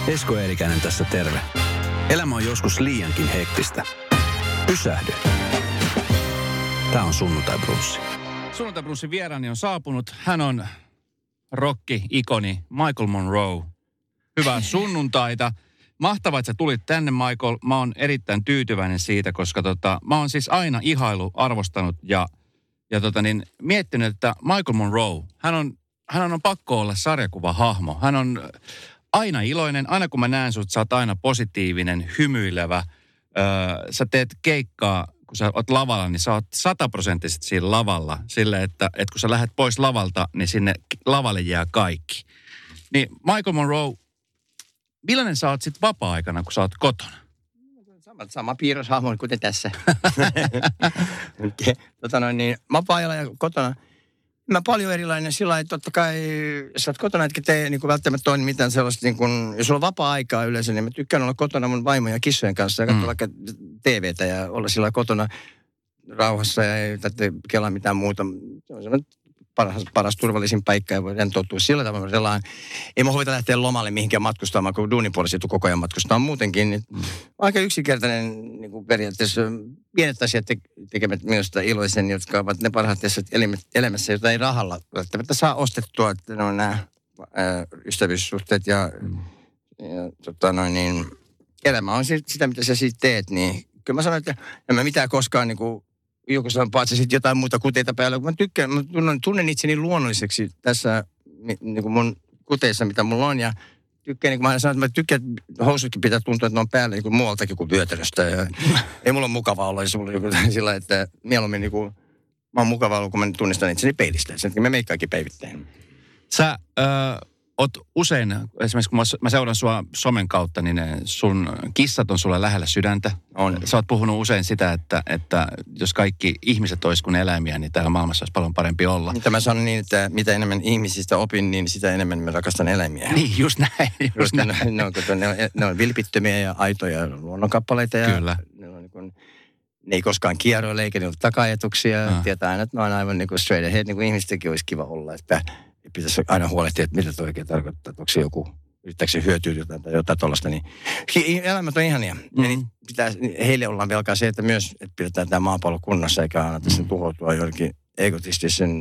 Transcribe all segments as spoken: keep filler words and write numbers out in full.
Esko Eerikäinen tässä terve. Elämä on joskus liiankin hektistä. Pysähdy. Tää on Sunnuntai Brunssi. Sunnuntai Brunssin vieraani on saapunut. Hän on rock-ikoni Michael Monroe. Hyvää sunnuntaita. Mahtavaa, että sä tulit tänne, Michael. Mä oon erittäin tyytyväinen siitä, koska tota, mä oon siis aina ihailu, arvostanut ja, ja tota niin, miettinyt, että Michael Monroe, hän on, hän on pakko olla sarjakuvahahmo. Hän on aina iloinen. Aina kun mä näen sut, sä oot aina positiivinen, hymyilevä. Öö, sä teet keikkaa, kun sä oot lavalla, niin sä oot sataprosenttisesti siinä lavalla. Sille, että, että kun sä lähdet pois lavalta, niin sinne lavalle jää kaikki. Niin Michael Monroe, millainen sä oot sit vapaa-aikana, kun sä oot kotona? Sama, sama piirroshahmo kuten tässä. tota noin, niin vapaa-ajalla ja kotona. Mä paljon erilainen sillä lailla, että totta kai, jos sä oot kotona, etkä tee niin kuin välttämättä toinen mitään sellaista, niin kuin, jos sulla on vapaa-aikaa yleensä, niin mä tykkään olla kotona mun vaimon ja kissojen kanssa ja katsoa mm. vaikka T V:tä ja olla sillä kotona rauhassa ja ei tarvitse kelaa mitään muuta. Se on semmoinen paras, paras turvallisin paikka ja voidaan tottua sillä tavalla sellainen. Ei mä huvita lähteä lomalle mihinkään matkustamaan, kun duunipuolisesti tuu koko ajan matkustaa muutenkin. Niin mm. Aika yksinkertainen niin kuin periaatteessa pienet asiat te- tekevät minusta iloisen, jotka ovat ne parhaat asiat elämässä, joita ei rahalla välttämättä saa ostettua. Että ne on nämä ää, ystävyyssuhteet ja, mm. ja tota noin niin, elämä on sitä, mitä sä siitä teet. Niin kyllä mä sanon, että en mä mitään koskaan niin kuin joku sanoo, paitsi sitten jotain muuta kuteita päällä. Kun mä tykkään, mä tunnen, tunnen itseni luonnolliseksi tässä niin kuin mun kuteissa, mitä mulla on. Ja tykkään, niin kuin mä sanon, että mä tykkään, että housutkin pitää tuntua, että ne on päällä niin kuin muualtakin kuin vyötäröstä. Ja ei mulla ole mukava olla, jos mulla on sillä, että mieluummin niin kuin, mä oon mukava olla, kun mä tunnistan itseni peilistä. Sen takia mä meikkaakin päivittäin. Sä öö, oot usein, esimerkiksi kun mä seuraan sua somen kautta, niin sun kissat on sulle lähellä sydäntä. On. Sä oot puhunut usein sitä, että, että jos kaikki ihmiset olisi kuin eläimiä, niin täällä maailmassa olisi paljon parempi olla. Mitä mä sanon niin, että mitä enemmän ihmisistä opin, niin sitä enemmän mä rakastan eläimiä. Niin, just näin. Just ne, näin. Ne, on, ne, on, ne on vilpittömiä ja aitoja luonnonkappaleita. Ja kyllä. Ne, on, niin kuin, ne ei koskaan kierroile eikä ne ole taka-ajatuksia. Ah. Tietää aina, että ne on aivan niin kuin straight ahead, niin kuin ihmistenkin olisi kiva olla. Että pitäisi aina huolehtia, että mitä tuo oikein tarkoittaa. Onko se joku, yrittääkö se hyötyä jotain tai jotain tuollaista. Niin elämät on ihania. Mm-hmm. Ja niin pitää, heille ollaan velkaa se, että myös että pidetään tämä maapallo kunnossa eikä anneta sen tuhoutua joillekin egotistisen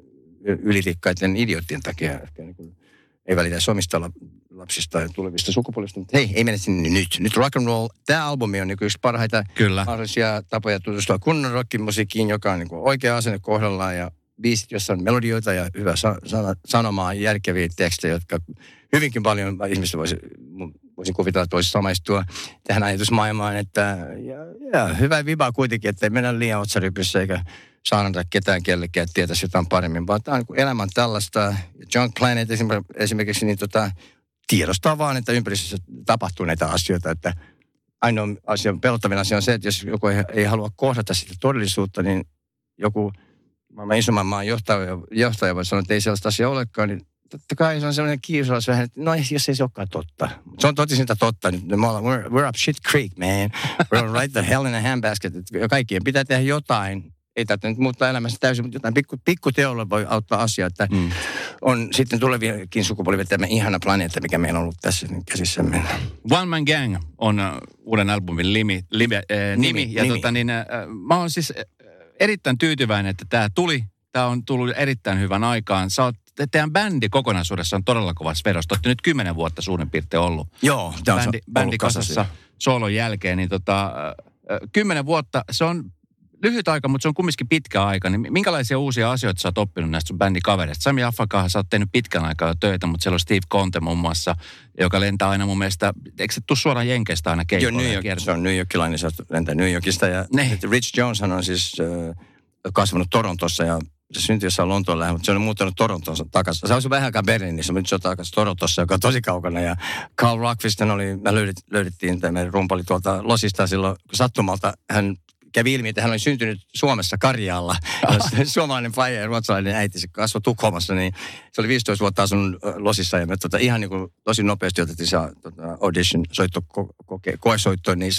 ylirikkaiden idioottien takia. Niin ei välitä omista lapsista ja tulevista sukupolvista. Mutta hei, ei mennä sinne nyt. Nyt rock and roll. Tämä albumi on niin yksi parhaita kyllä. mahdollisia tapoja tutustua kunnon rockimusiikkiin, joka on niin oikea asenne kohdallaan ja biisit, jossa on melodioita ja hyvä sa- sana- sanomaa, järkeviä tekstejä, jotka hyvinkin paljon ihmistä voisi, voisin kuvitella, että voisi samaistua tähän ajatusmaailmaan. Että, ja, ja hyvä viba kuitenkin, että ei mennä liian otsarypyssä eikä saanata ketään kellekään, että tietäisi jotain paremmin. Vaan tämä on elämän tällaista. Junk Planet esimerkiksi niin tota, tiedostaa vaan, että ympäristössä tapahtuu näitä asioita. Että ainoa asia, pelottavin asia on se, että jos joku ei, ei halua kohdata sitä todellisuutta, niin joku maailman isomman maan johtaja, johtaja voi sanoa, että ei sellaista asiaa olekaan, niin totta kai se on sellainen kiusalaisuus vähän, että no jos ei se olekaan totta. Se on totisinta totta. Nyt me ollaan, we're, we're up shit creek, man. We're right the hell in a handbasket. Kaikkien pitää tehdä jotain. Ei tarvitse nyt muuttaa elämässä täysin, mutta jotain pikku, pikku teolla voi auttaa asiaa, että mm. on sitten tuleviakin sukupolvia tämä ihana planeetta, mikä meillä on ollut tässä käsissämme. One Man Gang on uuden albumin limi, limi, äh, nimi. nimi. Ja nimi. Tota, niin, äh, mä oon siis erittäin tyytyväinen, että tämä tuli. Tämä on tullut erittäin hyvän aikaan. Sä oot, teidän bändi kokonaisuudessa on todella kovassa vedossa. Olette nyt kymmenen vuotta suurin piirtein ollut. Joo, tämä on bändi, bändi kasassa soolon jälkeen. Niin tota, kymmenen vuotta, se on lyhyt aika, mutta se on kumminkin pitkä aika. Niin minkälaisia uusia asioita sä oot oppinut näistä sun bändin kavereista? Sami Affakahan sä oot tehnyt pitkän aikaa töitä, mutta siellä on Steve Conte muun muassa, joka lentää aina mun mielestä, eikö se tule suoraan Jenkeistä aina keikolle? Joo, New York, se on New Yorkilainen, se lentää New Yorkista. Ja Rich Jones on siis äh, kasvanut Torontossa ja se syntyi jossain Lontoon lähellä, mutta se on muuttanut Torontoon takaisin. Se olisi vähän aikaa Berliinissä, mutta nyt se on takaisin Torontossa, joka on tosi kaukana. Ja Carl Rockfisten oli, me löydit, löydettiin tämä rumpali tuolta Losista silloin, kun sattumalta hän kävi ilmi, että hän oli syntynyt Suomessa Karjaalla. Suomalainen faija ja ruotsalainen äiti, se kasvoi Tukholmassa, niin se oli viisitoista vuotta asunut Losissa. Ja me tota, ihan niin kuin tosi nopeasti otettiin se tota, audition, soitto, ko, ko, koesoitto, niin se oli, se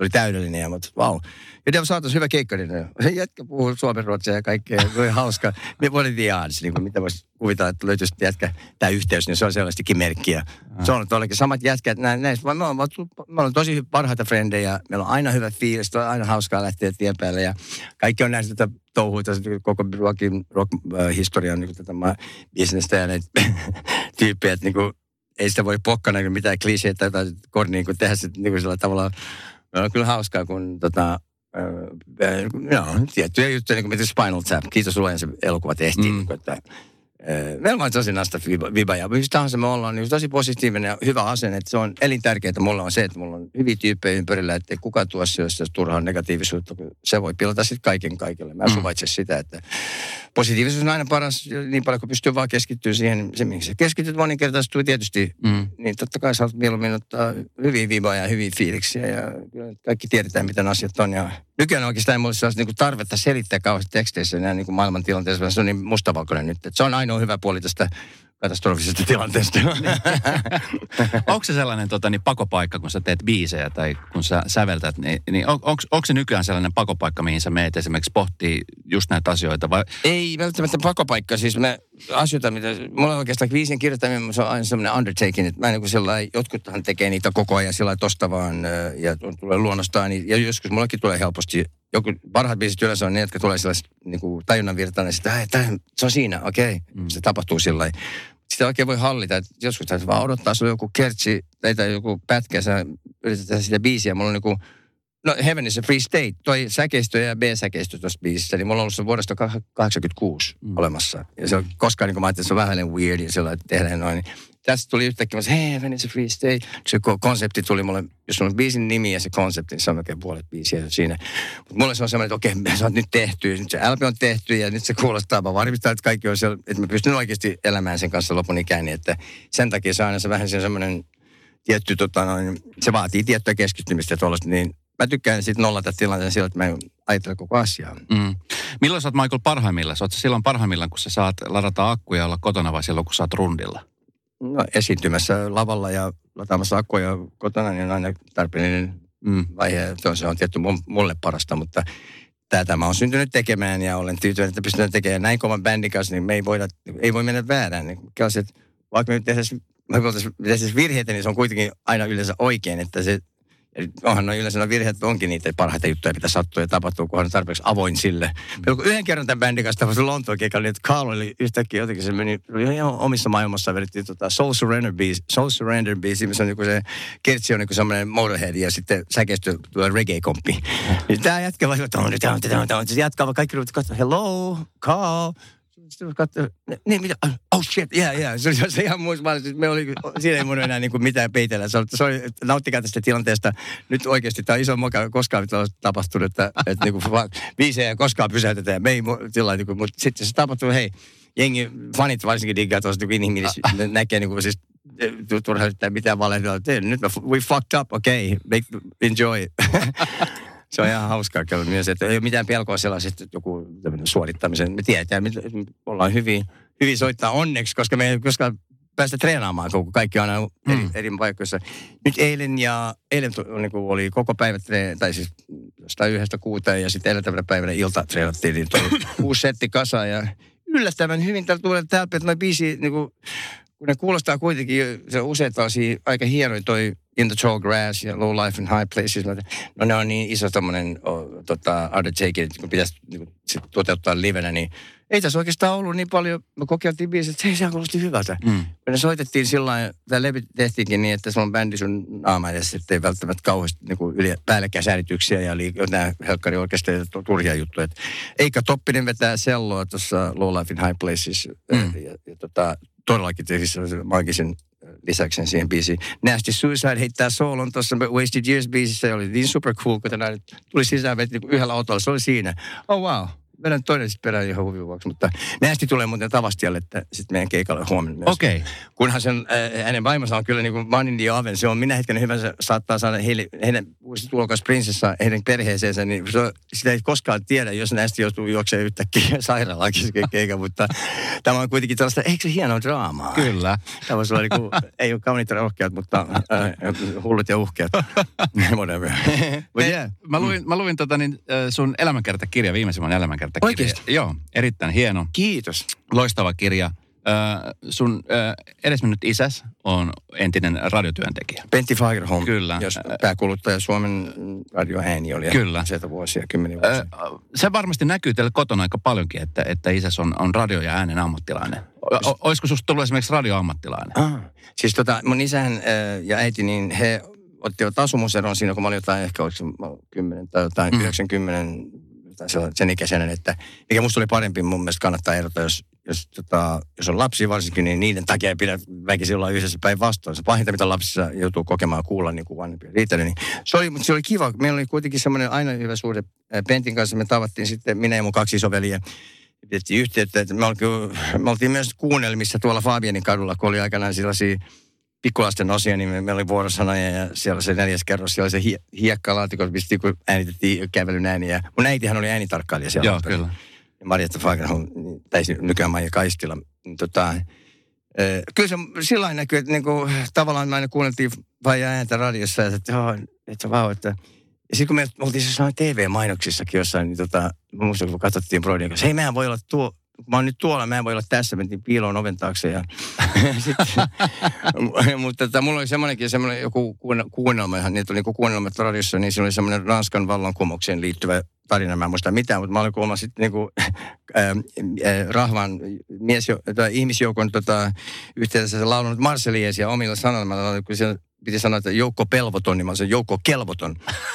Se oli täydellinen ja mutta vau. Wow. Ja tämä saataisiin hyvä keikka, niin se jätkä puhuu suomen ruotsia ja kaikkea. Se oli hauska. Me voimme tiedä, niin mitä voisi kuvitella, että löytyisi jätkä tämä yhteys, niin se on sellaistakin merkkiä. Mm. Se on todellakin samat jätkät. Näistä, me, ollaan, me ollaan tosi parhaita frendejä. Meillä on aina hyvä fiilis, on aina hauskaa lähteä tien päälle. Ja kaikki on näistä tätä touhuita, koko rockin, rock-historian niin tätä bisnestä ja näitä tyyppejä, että niin kuin, ei sitä voi pokkana niin mitään kliseitä tai kornia, kun tehdä sitten niin sillä tavalla. On kyllä hauskaa, kun tota, äh, no, tiettyjä juttuja, niin kuin mitä Spinal Tap, kiitos luojan se elokuva tehtiin, mm. niin kuin, että meillä on tosi nasta viba ja mistä tahansa me ollaan, niin tosi positiivinen ja hyvä asenne, että se on elintärkeää, mulla on se, että mulla on hyviä tyyppejä ympärillä, että kukaan tuo asioista turhaan negatiivisuutta, kun se voi pilata sitten kaiken kaikille. Mä suvaitsen mm. sitä, että positiivisuus on aina paras niin paljon, kun pystyy vaan keskittyä siihen, se mihin se keskityt moninkertaistuu tietysti, mm. niin totta kai sä oot mieluummin ottaa hyviä vibaa ja hyviä fiiliksiä ja kaikki tiedetään, miten asiat on ja nykyään oikeastaan ei mulle sellaista niin tarvetta selittää kauheasti teksteissä enää niin maailmantilanteessa, se on niin mustavalkoinen nyt, että se on ainoa hyvä puoli tästä katastrofisesta tilanteesta. Onko se sellainen tota, niin pakopaikka, kun sä teet biisejä tai kun sä säveltät, niin, niin on, onko, onko se nykyään sellainen pakopaikka, mihin sä meet esimerkiksi pohtii just näitä asioita? Vai? Ei välttämättä pakopaikka, siis me asioita, mitä, mulla on oikeastaan biisien kirjoittaminen, se on aina sellainen undertaking, että mä en niin kuin sellainen, jotkuthan tekee niitä koko ajan sillä tosta vaan ja tulee luonnostaan, niin, ja joskus mullakin tulee helposti. Joku parhaat biisit yleensä on ne, jotka tulee sellaista niin kuin tajunnan virtaan, ja sitten, se on siinä, okei, okay. mm. se tapahtuu sillä lailla. Sitä oikein voi hallita, että joskus täytyy vaan odottaa, sulla on joku kertsi tai joku pätkä, sä yrität tehdä sitä biisiä, mulla on niin kuin, no Heaven is a Free State, toi säkeistö ja B-säkeistö tuossa biisissä, niin mulla on ollut se vuodesta kahdeksankymmentäkuusi mm. olemassa. Ja se on koskaan, niin kuin mä ajattelin, se on vähän weird ja sellainen, että tehdään noin. Niin tästä tuli yhtäkkiä, mä sanoin, Heaven is a Free State. Se konsepti tuli mulle, jos on biisin nimi ja se konsepti, niin se on oikein puolet biisiä siinä. Mutta mulle se on semmoinen, että okei, okay, se on nyt tehty, nyt se L P on tehty ja nyt se kuulostaa. Mä varmistan, että kaikki on siellä, että mä pystyn oikeasti elämään sen kanssa lopun ikään. Että sen takia se on aina se vähän semmoinen tietty, tota noin, se vaatii tiettyä keskittymistä tuollaista, niin mä tykkään sitten nollata tilanteen sillä, että mä ajattelen koko asiaa. Mm. Milloin sä oot, Michael, parhaimmillaan? Sä oot silloin parhaimmillaan, kun sä saat ladata akkuja ja olla kotona vai silloin, kun sä oot rundilla? No esiintymässä lavalla ja lataamassa akkuja kotona, niin on aina tarpeellinen mm. vaihe. Se on tietty mulle parasta, mutta tätä mä oon syntynyt tekemään ja olen tyytyväinen, että pystyn tekemään näin kovan bändin kanssa, niin me ei, voida, ei voi mennä väärään. Niin, vaikka me tehtäisiin virheitä, niin se on kuitenkin aina yleensä oikein, että se onhan no yleensä no virheet onkin niitä parhaita juttuja, mitä sattuu ja tapahtuu, kunhan on tarpeeksi avoin sille. Mm. Kun yhden kerran tämän bändin kanssa tapahtui Lontoon keikalla, niin että Carl oli yhtäkkiä jotenkin, se meni ihan omissa maailmassa, vedettiin tota Soul Surrender biisi, Soul Surrender biisi, missä on niin se kertsi on niin semmoinen Motorhead ja sitten säkeistö reggae-komppi. Mm. Niin tämä jätkä vaikka, että on, tämä on, tämä on, tämä on, se jatkaa, vaan kaikki ruvetaan katsomaan, hello, Carl. Sitten katsoin, niin mitä, oh shit, yeah, yeah. Se oli se ihan muista, me oli, siinä ei voinut enää niin kuin mitään peitellä. Se oli, se oli, nauttikaa tästä tilanteesta. Nyt oikeasti tämä on iso moka, koskaan ei tapahtunut, että, että niin kuin biisejä koskaan pysäytetään. Me ei sillä niin kuin, mutta sitten se tapahtui, hei, jengi, fanit varsinkin diggaa tuossa niin inhimillisesti, näkee niin kuin siis, turha yrittää mitään valehdella. Nyt we fucked up, okei, okay, enjoy. Se on ihan hauskaa kyllä myös, että ei ole mitään pelkoa sellaisesta joku suorittamisen. Me tiedetään, että me ollaan hyvin, hyvin soittaa onneksi, koska me ei koskaan päästä treenaamaan, kun kaikki on aina eri, mm. eri paikoissa. Nyt eilen ja eilen niin oli koko päivä, tai siis jostain yhdestä kuuteen ja sitten edeltävänä päivänä ilta treenattiin, niin toi uusi setti kasa ja yllättävän hyvin täällä tulee täältä, että noi biisi, niin kuin, kun ne kuulostaa kuitenkin, se usein aika hienoin toi In the Tall Grass ja Low Life in High Places. No ne on niin iso tommonen oh, tota, undertaking, että kun pitäisi niin sit toteuttaa livenä, niin ei tässä oikeastaan ollut niin paljon. Me kokeiltiin biisiä, että hei, sehän kuulosti hyvältä. Mm. Me soitettiin sillä lailla, tämä levy tehtiinkin niin, että se on bändi sun naama edessä, että ei välttämättä kauheasti niin yli päällekkäin säädityksiä ja jotain helkkari oikeastaan turhia juttuja. Et Eikka Toppinen vetää selloa tuossa Low Life in High Places mm. ja, ja tota, todellakin teki maagisen lisäksi siihen biisiin. Nasty Suicide heittää soolon tuossa Wasted Years-biisissä ja oli niin super cool, kun tänään tuli sisään veti niin yhdellä autolla. Se oli siinä. Oh wow. Vedän toinen sitten perään ihan huvin vuoksi. Mutta Nasty tulee muuten Tavastialle, että sitten meidän keikalle huomenna myös. Okei. Okay. Kunhan sen, äh, hänen vaimonsa on kyllä niin kuin Man in the Oven. Se on minä hetken hyvä, se saattaa saada heille, heidän uusi tulokas prinsessa heidän perheeseensä, niin se, sitä ei koskaan tiedä, jos näistä joutuu juoksemaan yhtäkkiä sairaalaankin se keikä, mutta tämä on kuitenkin tällaista, eikö se hienoa draamaa? Kyllä. Tämä voisi olla niin kuin, ei ole kauniita rohkeat, mutta äh, hullut ja uhkeat. Whatever. But yeah. Mä luin, mä luin tota, niin, sun elämänkertakirja, viimeisimmän elämänkertakirja. Oikeesti? Joo, erittäin hieno. Kiitos. Loistava kirja. Äh, sun äh, edesmennyt isäs on entinen radiotyöntekijä. Pentti Fagerholm, Kyllä. jos pääkuluttaja Suomen radioääni oli. Kyllä. Sieltä vuosia, kymmeniä vuosia. Äh, se varmasti näkyy teille kotona aika paljonkin, että, että isäs on, on radio- ja äänen ammattilainen. O, olisiko susta tullut esimerkiksi radioammattilainen? Ah, siis tota, mun isähän äh, ja äiti, niin he ottivat asumuseron siinä, kun mä olin jotain ehkä kymmenen tai jotain mm. yhdeksänkymmentä sen ikäisenä, että mikä musta oli parempi, mun mielestä kannattaa erota, jos, jos, tota, jos on lapsia varsinkin, niin niiden takia ei pidä väkisin olla yhdessä päin vastoin. Se pahinta, mitä lapsissa joutuu kokemaan kuulla niin kuin vanhempia riittänyt. Niin se, oli, se oli kiva. Meillä oli kuitenkin semmoinen aina hyvä suhde Pentin kanssa. Me tavattiin sitten, minä ja mun kaksi isoveliä, pidettiin yhteyttä. Että me, oltiin, me oltiin myös kuunnelmissa tuolla Fabianin kadulla, kun oli aikanaan sellaisia pikkulasten osia, niin meillä oli vuorosanoja ja siellä se neljäs kerros, siellä oli se hie, hiekkalaatikko, mistä kun äänitettiin kävelyn ääniä. Mun äitihän oli äänitarkkailija siellä. Joo, kyllä. Ja Marjatta Fagerholm, tai nykyään Maija Kaistila. Tota, e, kyllä se sillä lailla näkyy, että niinku, tavallaan me aina kuunneltiin vain ääntä radiossa, että, että, että vau, että... Ja sitten kun me oltiin se T V-mainoksissakin jossain, niin tota, mä muistan, kun katsottiin Brodin kanssa, hei, mehän voi olla tuo... Mä oon nyt tuolla, mä en voi olla tässä, mentiin piiloon oven taakse ja sitten, mutta tota, mulla oli semmoinenkin semmoinen joku kuunnelma, ihan niitä oli niin kuunnelmat radiossa, niin siinä oli semmoinen Ranskan vallankumoukseen liittyvä tarina, mä en muista mitään, mutta mä olin kuulemma sitten niinku äh, äh, rahvan mies, tai ihmisjoukon tota, yhteydessä laulunut Marseliesia omilla sanoilla, kun siellä piti sanoa, että Joukko Pelvoton, niin mä olin Joukko Kelvoton.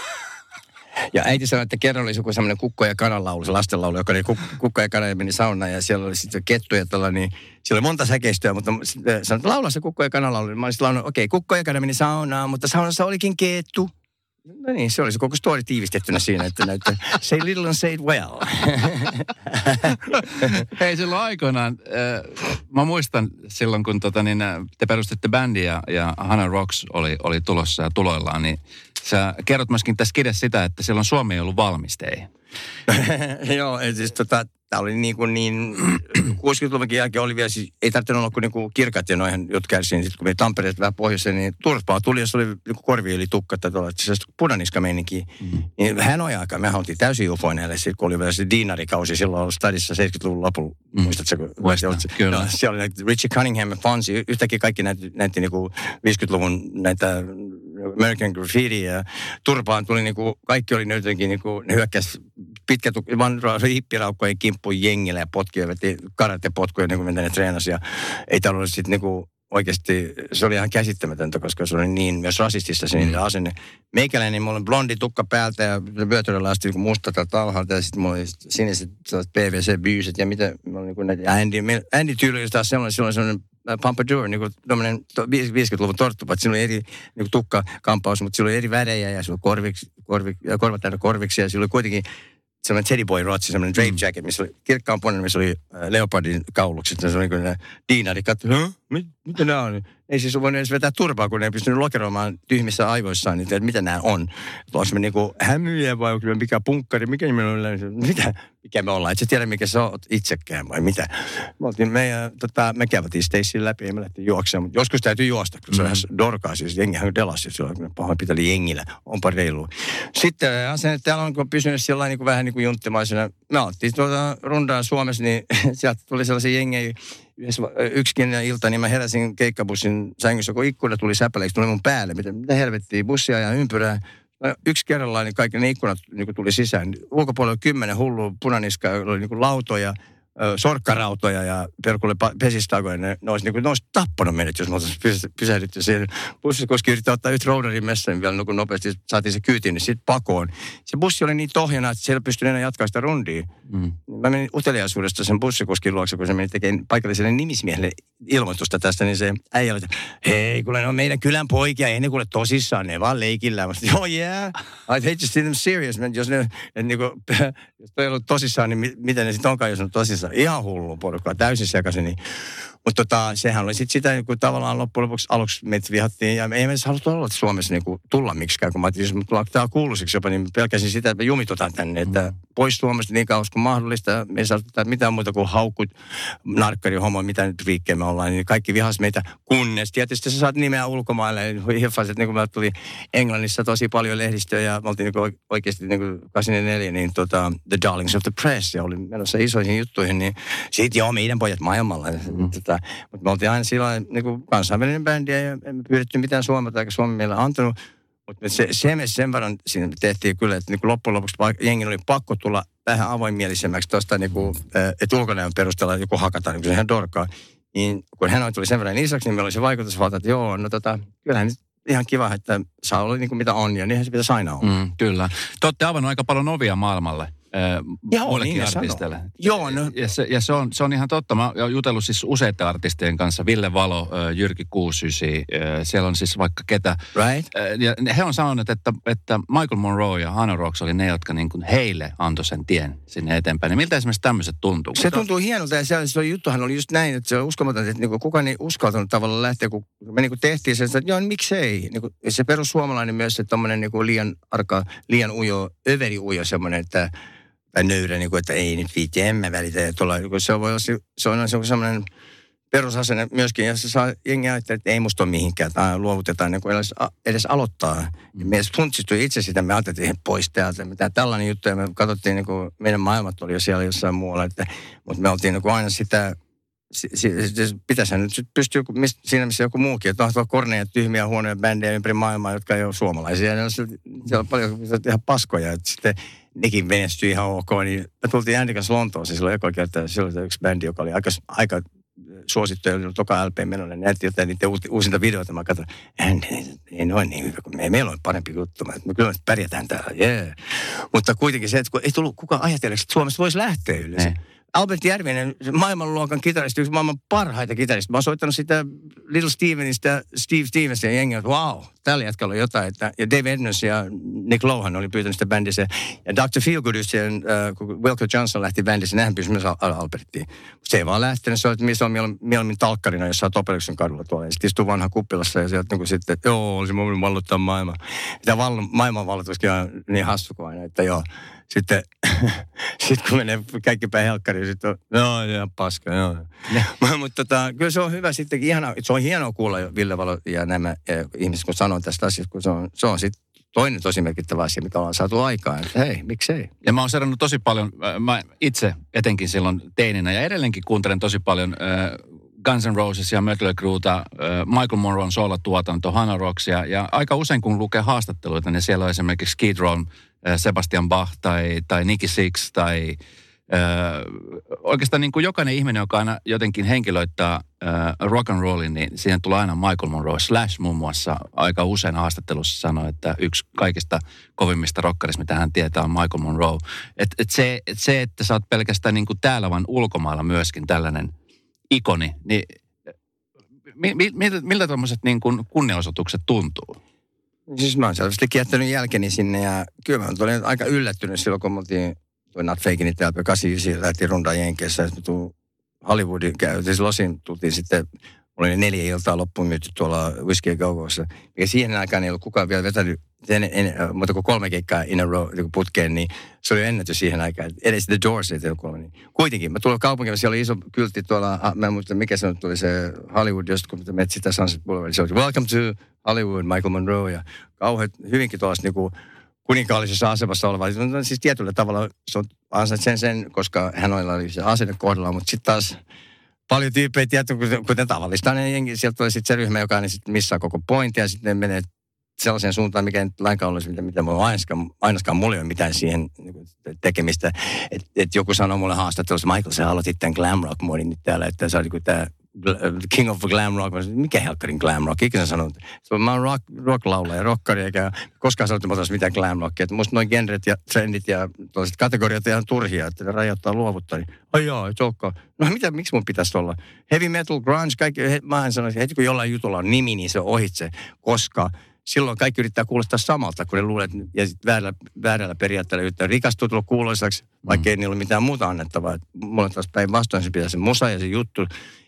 Ja äiti sanoi, että kerran oli joku semmoinen kukko- ja kananlaulu, se lastenlaulu, joka oli kuk- kukko ja kana ja meni saunaan ja siellä oli sitten kettuja tuolla, niin siellä oli monta säkeistöä, mutta sanoin, että laulaa se kukko ja kananlaulu. Mä olisin laulunut, okei, okay, kukko ja kana meni saunaan, mutta saunassa olikin kettu. No niin, se oli se koko story tiivistettynä siinä, että näyttää, say little and say it well. Hei, silloin aikoinaan, äh, mä muistan silloin, kun tota, niin, te perustitte bändiä ja Hana Rocks oli, oli tulossa ja tuloillaan, niin sä kerrot myöskin tässä kirjassa sitä, että silloin Suomi ei ollut valmis teihin. Joo, siis tota, tää oli niin kuin niin, kuusikymmentäluvunkin jälkeen oli vielä, siis ei tarvitse olla kuin niinku kirkat ja noihin, jotka kärsivät, sitten kun me Tampereesta vähän pohjoiseen, niin turpaa tuli, jos oli niinku korvi yli tukka tai tuolla, siis punaniska meininki. Mm. Niin hän on aikaa, mehän oltiin täysin ufoineille, sitten kun oli vielä se Diinarikausi silloin ollut stadissa seitsemänkymmentäluvun lopulla, mm. muistatko? Muistan, kyllä. No, siellä oli Richie Cunningham ja Fonzie, yhtäkkiä kaikki näytti, näytti niinku viisikymmentäluvun näitä American Graffiti ja turpaan tuli niinku, kaikki oli jotenkin niinku, ne hyökkäs pitkä hippiraukkojen kimppuun jengillä ja potkia, veti karate-potkuja, niin kuin mitä ne treenasi. Ja ei täällä ollut sitten niinku oikeasti, se oli ihan käsittämätöntä, koska se oli niin myös rasistista se mm. asenne. Meikäläinen, niin mulla on blondi tukka päältä ja vyötäröllä asti niin musta täältä alhaalta ja sitten mulla oli siniset P V C-byyset ja mitä, mulla oli niin näitä, Andy, Andy tyyli oli taas sellainen, silloin sellainen Pompadour, niin kuin tuommoinen viisikymmentäluvun torttupa, että siinä oli eri niin tukkakampaus, mutta sillä oli eri värejä ja sillä oli korviksi, korvik, korvat täynnä korviksi ja sillä oli kuitenkin sellainen Teddy Boy Rotsi, sellainen drape jacket, missä oli kirkkaan puolella, missä oli leopardin kaulukset. Se oli niin kuin diinari, katsoi, hä? Mit, mitä nämä on? Ei siis voinut edes vetää turpaa, kun ne ei pystynyt lokeroimaan tyhmissä aivoissaan, niin, että mitä nämä on. Onko me niinku hämyjä vai onko me mikä punkkari, mikä me on, mitä, mikä me ollaan? Et sä tiedä, mikä sä oot itsekään vai mitä. Me oltiin meidän, tota, me käytiin Stacyn läpi ja me lähtiin juoksemaan, mutta joskus täytyy juosta, kun se on ihan dorkaa, siis jengihän delasi, silloin pahoin piteli jengillä, onpa reilua. Sitten asennet täällä on pysynyt sellainen niin kuin, vähän niin kuin junttimaisena. Me oltiin tuota rundaa Suomessa, niin sieltä tuli sellaisia jengejä. Yksikin ilta, niin mä heräsin keikkabussin sängyssä, kun ikkuna tuli säpäleiksi, tuli mun päälle. Mitä, mitä helvettiä, bussia ja ympyrää. Yksi kerrallaan, niin kaikki ne ikkunat niin tuli sisään. Ulkopuolella oli kymmenen hullua punaniska, oli niin lautoja, sorkkarautoja ja perkulle pesistagoja. Ne, ne, olisi, niin ne olisi tappanut meidät, jos me oltaisiin pysähdytty siihen. Bussikoski yritti ottaa yhtä roudarin messään vielä, kun nopeasti saatiin se kyytiin, niin sitten pakoon. Se bussi oli niin tohjana, että siellä pystyi enää jatkaa sitä rundia. Mm. Mä menin uteliaisuudesta sen bussikoskin luokse, kun se meni tekemään paikalliselle nimismiehelle ilmoitusta tästä, niin se äijä oli, että hei, kuule, ne on meidän kylän poikia, ei ne kuule tosissaan, ne vaan leikillään. Mä sanoin, oh yeah, I hate to see them serious. Jos ne, niin kuin, jos toi ei ollut tosissaan, niin mit, mitä ne sitten onkaan, jos ne on tosissaan? Ihan hullu porukkaa, täysin sekaisin. Niin Mutta tota, sehän oli sitten sitä, kun tavallaan loppujen lopuksi aluksi meitä vihattiin, ja ei me edes haluttu olla Suomessa niin kuin tulla miksikään, kun mä ajattelin, että tämä kuuluisiksi jopa, niin me pelkäsin sitä, että me jumitutaan tänne, että pois Suomesta niin kauas kuin mahdollista, me ei saada mitään muuta kuin haukut, narkkari, homo, mitä nyt riikkeen me ollaan, niin kaikki vihas meitä, kunnes tietysti sä saat nimeä ulkomaille, hiffasit, niin kuin mä tuli Englannissa tosi paljon lehdistöä, ja me oltiin niin oikeasti niin kuin kahdeksankymmentäneljä, niin tota, The Darlings of the Press, ja oli menossa isoihin juttuihin, niin siitä joo, meidän pojat maailmalla, mm. tota, mutta me oltiin aina sillä niin kuin kansainvälinen bändi, ja emme pyydetty mitään Suomelta, eikä Suomi meillä antanut. Mutta se, se me sen verran siinä tehtiin kyllä, että niin kuin loppujen lopuksi jengin oli pakko tulla vähän avoimielisemmäksi tuosta, niin kuin, että ulkonäön perusteella joku hakataan, niin kuin se ihan dorkaa. Niin kun hän tuli sen verran isoksi, niin meillä oli se vaikutusvalta, että joo, no tota, kyllähän nyt ihan kiva, että saa olla niin kuin mitä on, ja niinhän se pitäisi aina olla. Mm, kyllä. Te olette avannut aika paljon ovia maailmalle. Joo, muillekin niin artisteille. Joo, no. Ja, se, ja se, on, se on ihan totta. Mä oon jutellut siis useiden artistien kanssa. Ville Valo, Jyrki kuusikymmentäyhdeksän, siellä on siis vaikka ketä. Right. Ja he on sanonut, että, että Michael Monroe ja Hana Rocks oli ne, jotka niin kuin heille antoi sen tien sinne eteenpäin. Niin miltä esimerkiksi tämmöiset tuntuu? Se tuntuu hienolta, ja se, se juttuhan oli just näin, että se on uskomaton, että niinku kukaan ei uskaltanut tavallaan lähteä, kun me niinku tehtiin sen, että joo, niin miksei. Niinku, se perussuomalainen myös, se tommonen niinku liian arka, liian ujo, överi ujo semmoinen, että nöyrä, niin kuin, että ei nyt viitti, emme välitä. Ja tuolla, se voi olla, se on, se on sellainen perusasenne myöskin, ja se saa jengi ajatella, että ei musta ole mihinkään, tai luovutetaan niin kuin edes, edes aloittaa. Mm. Me funtsistui itse sitä, me ajatteltiin, että pois täältä, mitä tällainen juttu, ja me katsottiin, niin kuin, meidän maailmat oli jo siellä jossain muualla, että, mutta me oltiin niin kuin aina sitä, si, si, pitäisihän nyt pystyä siinä, missä joku muukin, että on korneja, tyhmiä, huonoja bändejä ympäri maailmaa, jotka ei ole suomalaisia, ja siellä on paljon ihan paskoja, että sitten nekin menestyi ihan ok, niin me tultiin Andy kanssa Lontooseen silloin joka kerta, silloin yksi bändi, joka oli aika, aika suosittu, ja oli toka L P menolle, niin näytti jotain niiden uusinta videoita, mä katsoin, Andy, ei noin niin hyvä, kun me, meillä on parempi juttu, me kyllä pärjätään täällä, jee. Yeah. Mutta kuitenkin se, että kun ei tullut kukaan ajatelleeksi, että Suomesta voisi lähteä yleensä. Albert Järvinen, maailmanluokan kitaristi, yksi maailman parhaita kitaristi. Mä oon soittanut sitä Little Stevenista, Steve Stevensia ja jengiä, että wow, tällä jätkällä on jotain. Että, ja Dave Edmunds ja Nick Lohan oli pyytänyt sitä bändissä. Ja doctor Feelgoodista, äh, kun Wilco Johnson lähti bändissä, nehän pyysi myös Alberttiin. Se ei vaan lähtenyt, se oli, että se on mieluummin talkkarina jossain Topelyksen kadulla tuolla. Ja sitten istuu vanha kuppilassa ja sieltä niin sitten, että joo, olisi voinut valluttaa maailmaa. Tämä maailman vallutuskin on niin hassu kuin aina, että joo. Sitten, sitten kun menee kaikki päin helkkariin, sitten on, joo, ihan paska, joo. Mutta tota, kyllä se on hyvä sittenkin, ihana, se on hienoa kuulla jo Ville Valo ja nämä ja ihmiset, kun sanoo tästä asiasta, kun se on, se on sitten toinen tosi merkittävä asia, mikä ollaan saatu aikaan. Että hei, miksei? Ja mä oon seurannut tosi paljon, mä itse etenkin silloin teininä ja edelleenkin kuuntelen tosi paljon äh, Guns N' Roses ja Mötley Crueta, äh, Michael Monroen soolotuotanto, Hana Rocksia, ja aika usein kun lukee haastatteluita, niin siellä on esimerkiksi Skid Row, Sebastian Bach tai, tai Nicky Six tai ö, oikeastaan niin kuin jokainen ihminen, joka aina jotenkin henkilöittää ö, rock and rollin, niin siihen tulee aina Michael Monroe. Slash muun muassa aika usein haastattelussa sanoi, että yksi kaikista kovimmista rockarista, mitä hän tietää, on Michael Monroe. Et, et se, et se, että sä oot pelkästään niin kuin täällä, vaan ulkomailla myöskin tällainen ikoni, niin mi, mi, miltä, miltä tämmöiset niin kuin kunnianosoitukset tuntuu? Siis mä oon selvästi kiettänyt jälkeni sinne, ja kyllä mä olin aika yllättynyt silloin, kun me oltiin toi Not Faking It kahdeksankymmentäyhdeksän, lähtiin rundaan Jenkeissä, ja sitten me Hollywoodin käytiin, Losin tultiin sitten, oli neljä iltaa loppuun myyty tuolla Whiskey a Go-Gossa, ja siihen aikaan ei ollut kukaan vielä vetänyt, en, en, mutta kun kolme keikkaa in a row putkeen, niin se oli ennätys siihen aikaan, edes The Doors ei tehnyt kolme. Niin. Kuitenkin, mä tulin kaupunkiin, siellä oli iso kyltti tuolla, mä en muista mikä se tuli, se Hollywood, just kun menet sitä Sunset Boulevard, se oli Welcome to Hollywood, Michael Monroe, ja kauhean hyvinkin tuollaista niinku kuninkaallisessa asemassa oleva. Siis tietyllä tavalla se on ansait sen sen, koska hän oli se asenne kohdalla, mutta sitten taas paljon tyyppejä, tietty, kuten tavallista, niin sieltä tulee sitten se ryhmä, joka niin sit missaa koko pointia, ja sitten menee sellaiseen suuntaan, mikä ei lainkaan olisi, mitä, mitä mulla ainakaan, ainakaan mulla ei ole mitään siihen niin tekemistä. Että et joku sanoo mulle haastattelussa, Michael, sä aloitit tämän glam rock muodin nyt täällä, että sä olit kuin tämä King of Glam Rock. Mikä helkkarin glam rock? Ikinä sanonut. Mä oon rock, rock-laulaja, rockari, eikä koskaan sanottu, että mä mitään glam rockia. Että musta noin genret ja trendit ja tällaiset kategoriat on ihan turhia, että ne rajoittaa luovuttaa. Niin, ai joo, et olekaan. No mitä, miksi mun pitäisi olla? Heavy metal, grunge, kaikki. He, mä en sano, että heti kun jollain jutulla on nimi, niin se on ohitse, koska silloin kaikki yrittää kuulostaa samalta, kun ne luulee, ja sitten väärällä, väärällä periaatteella yrittää rikastua tulla kuuloisaksi, vaikka mm. ei niillä ole mitään muuta annettavaa. Mulla on taas päinvastoin, se pitää se musa ja se juttu.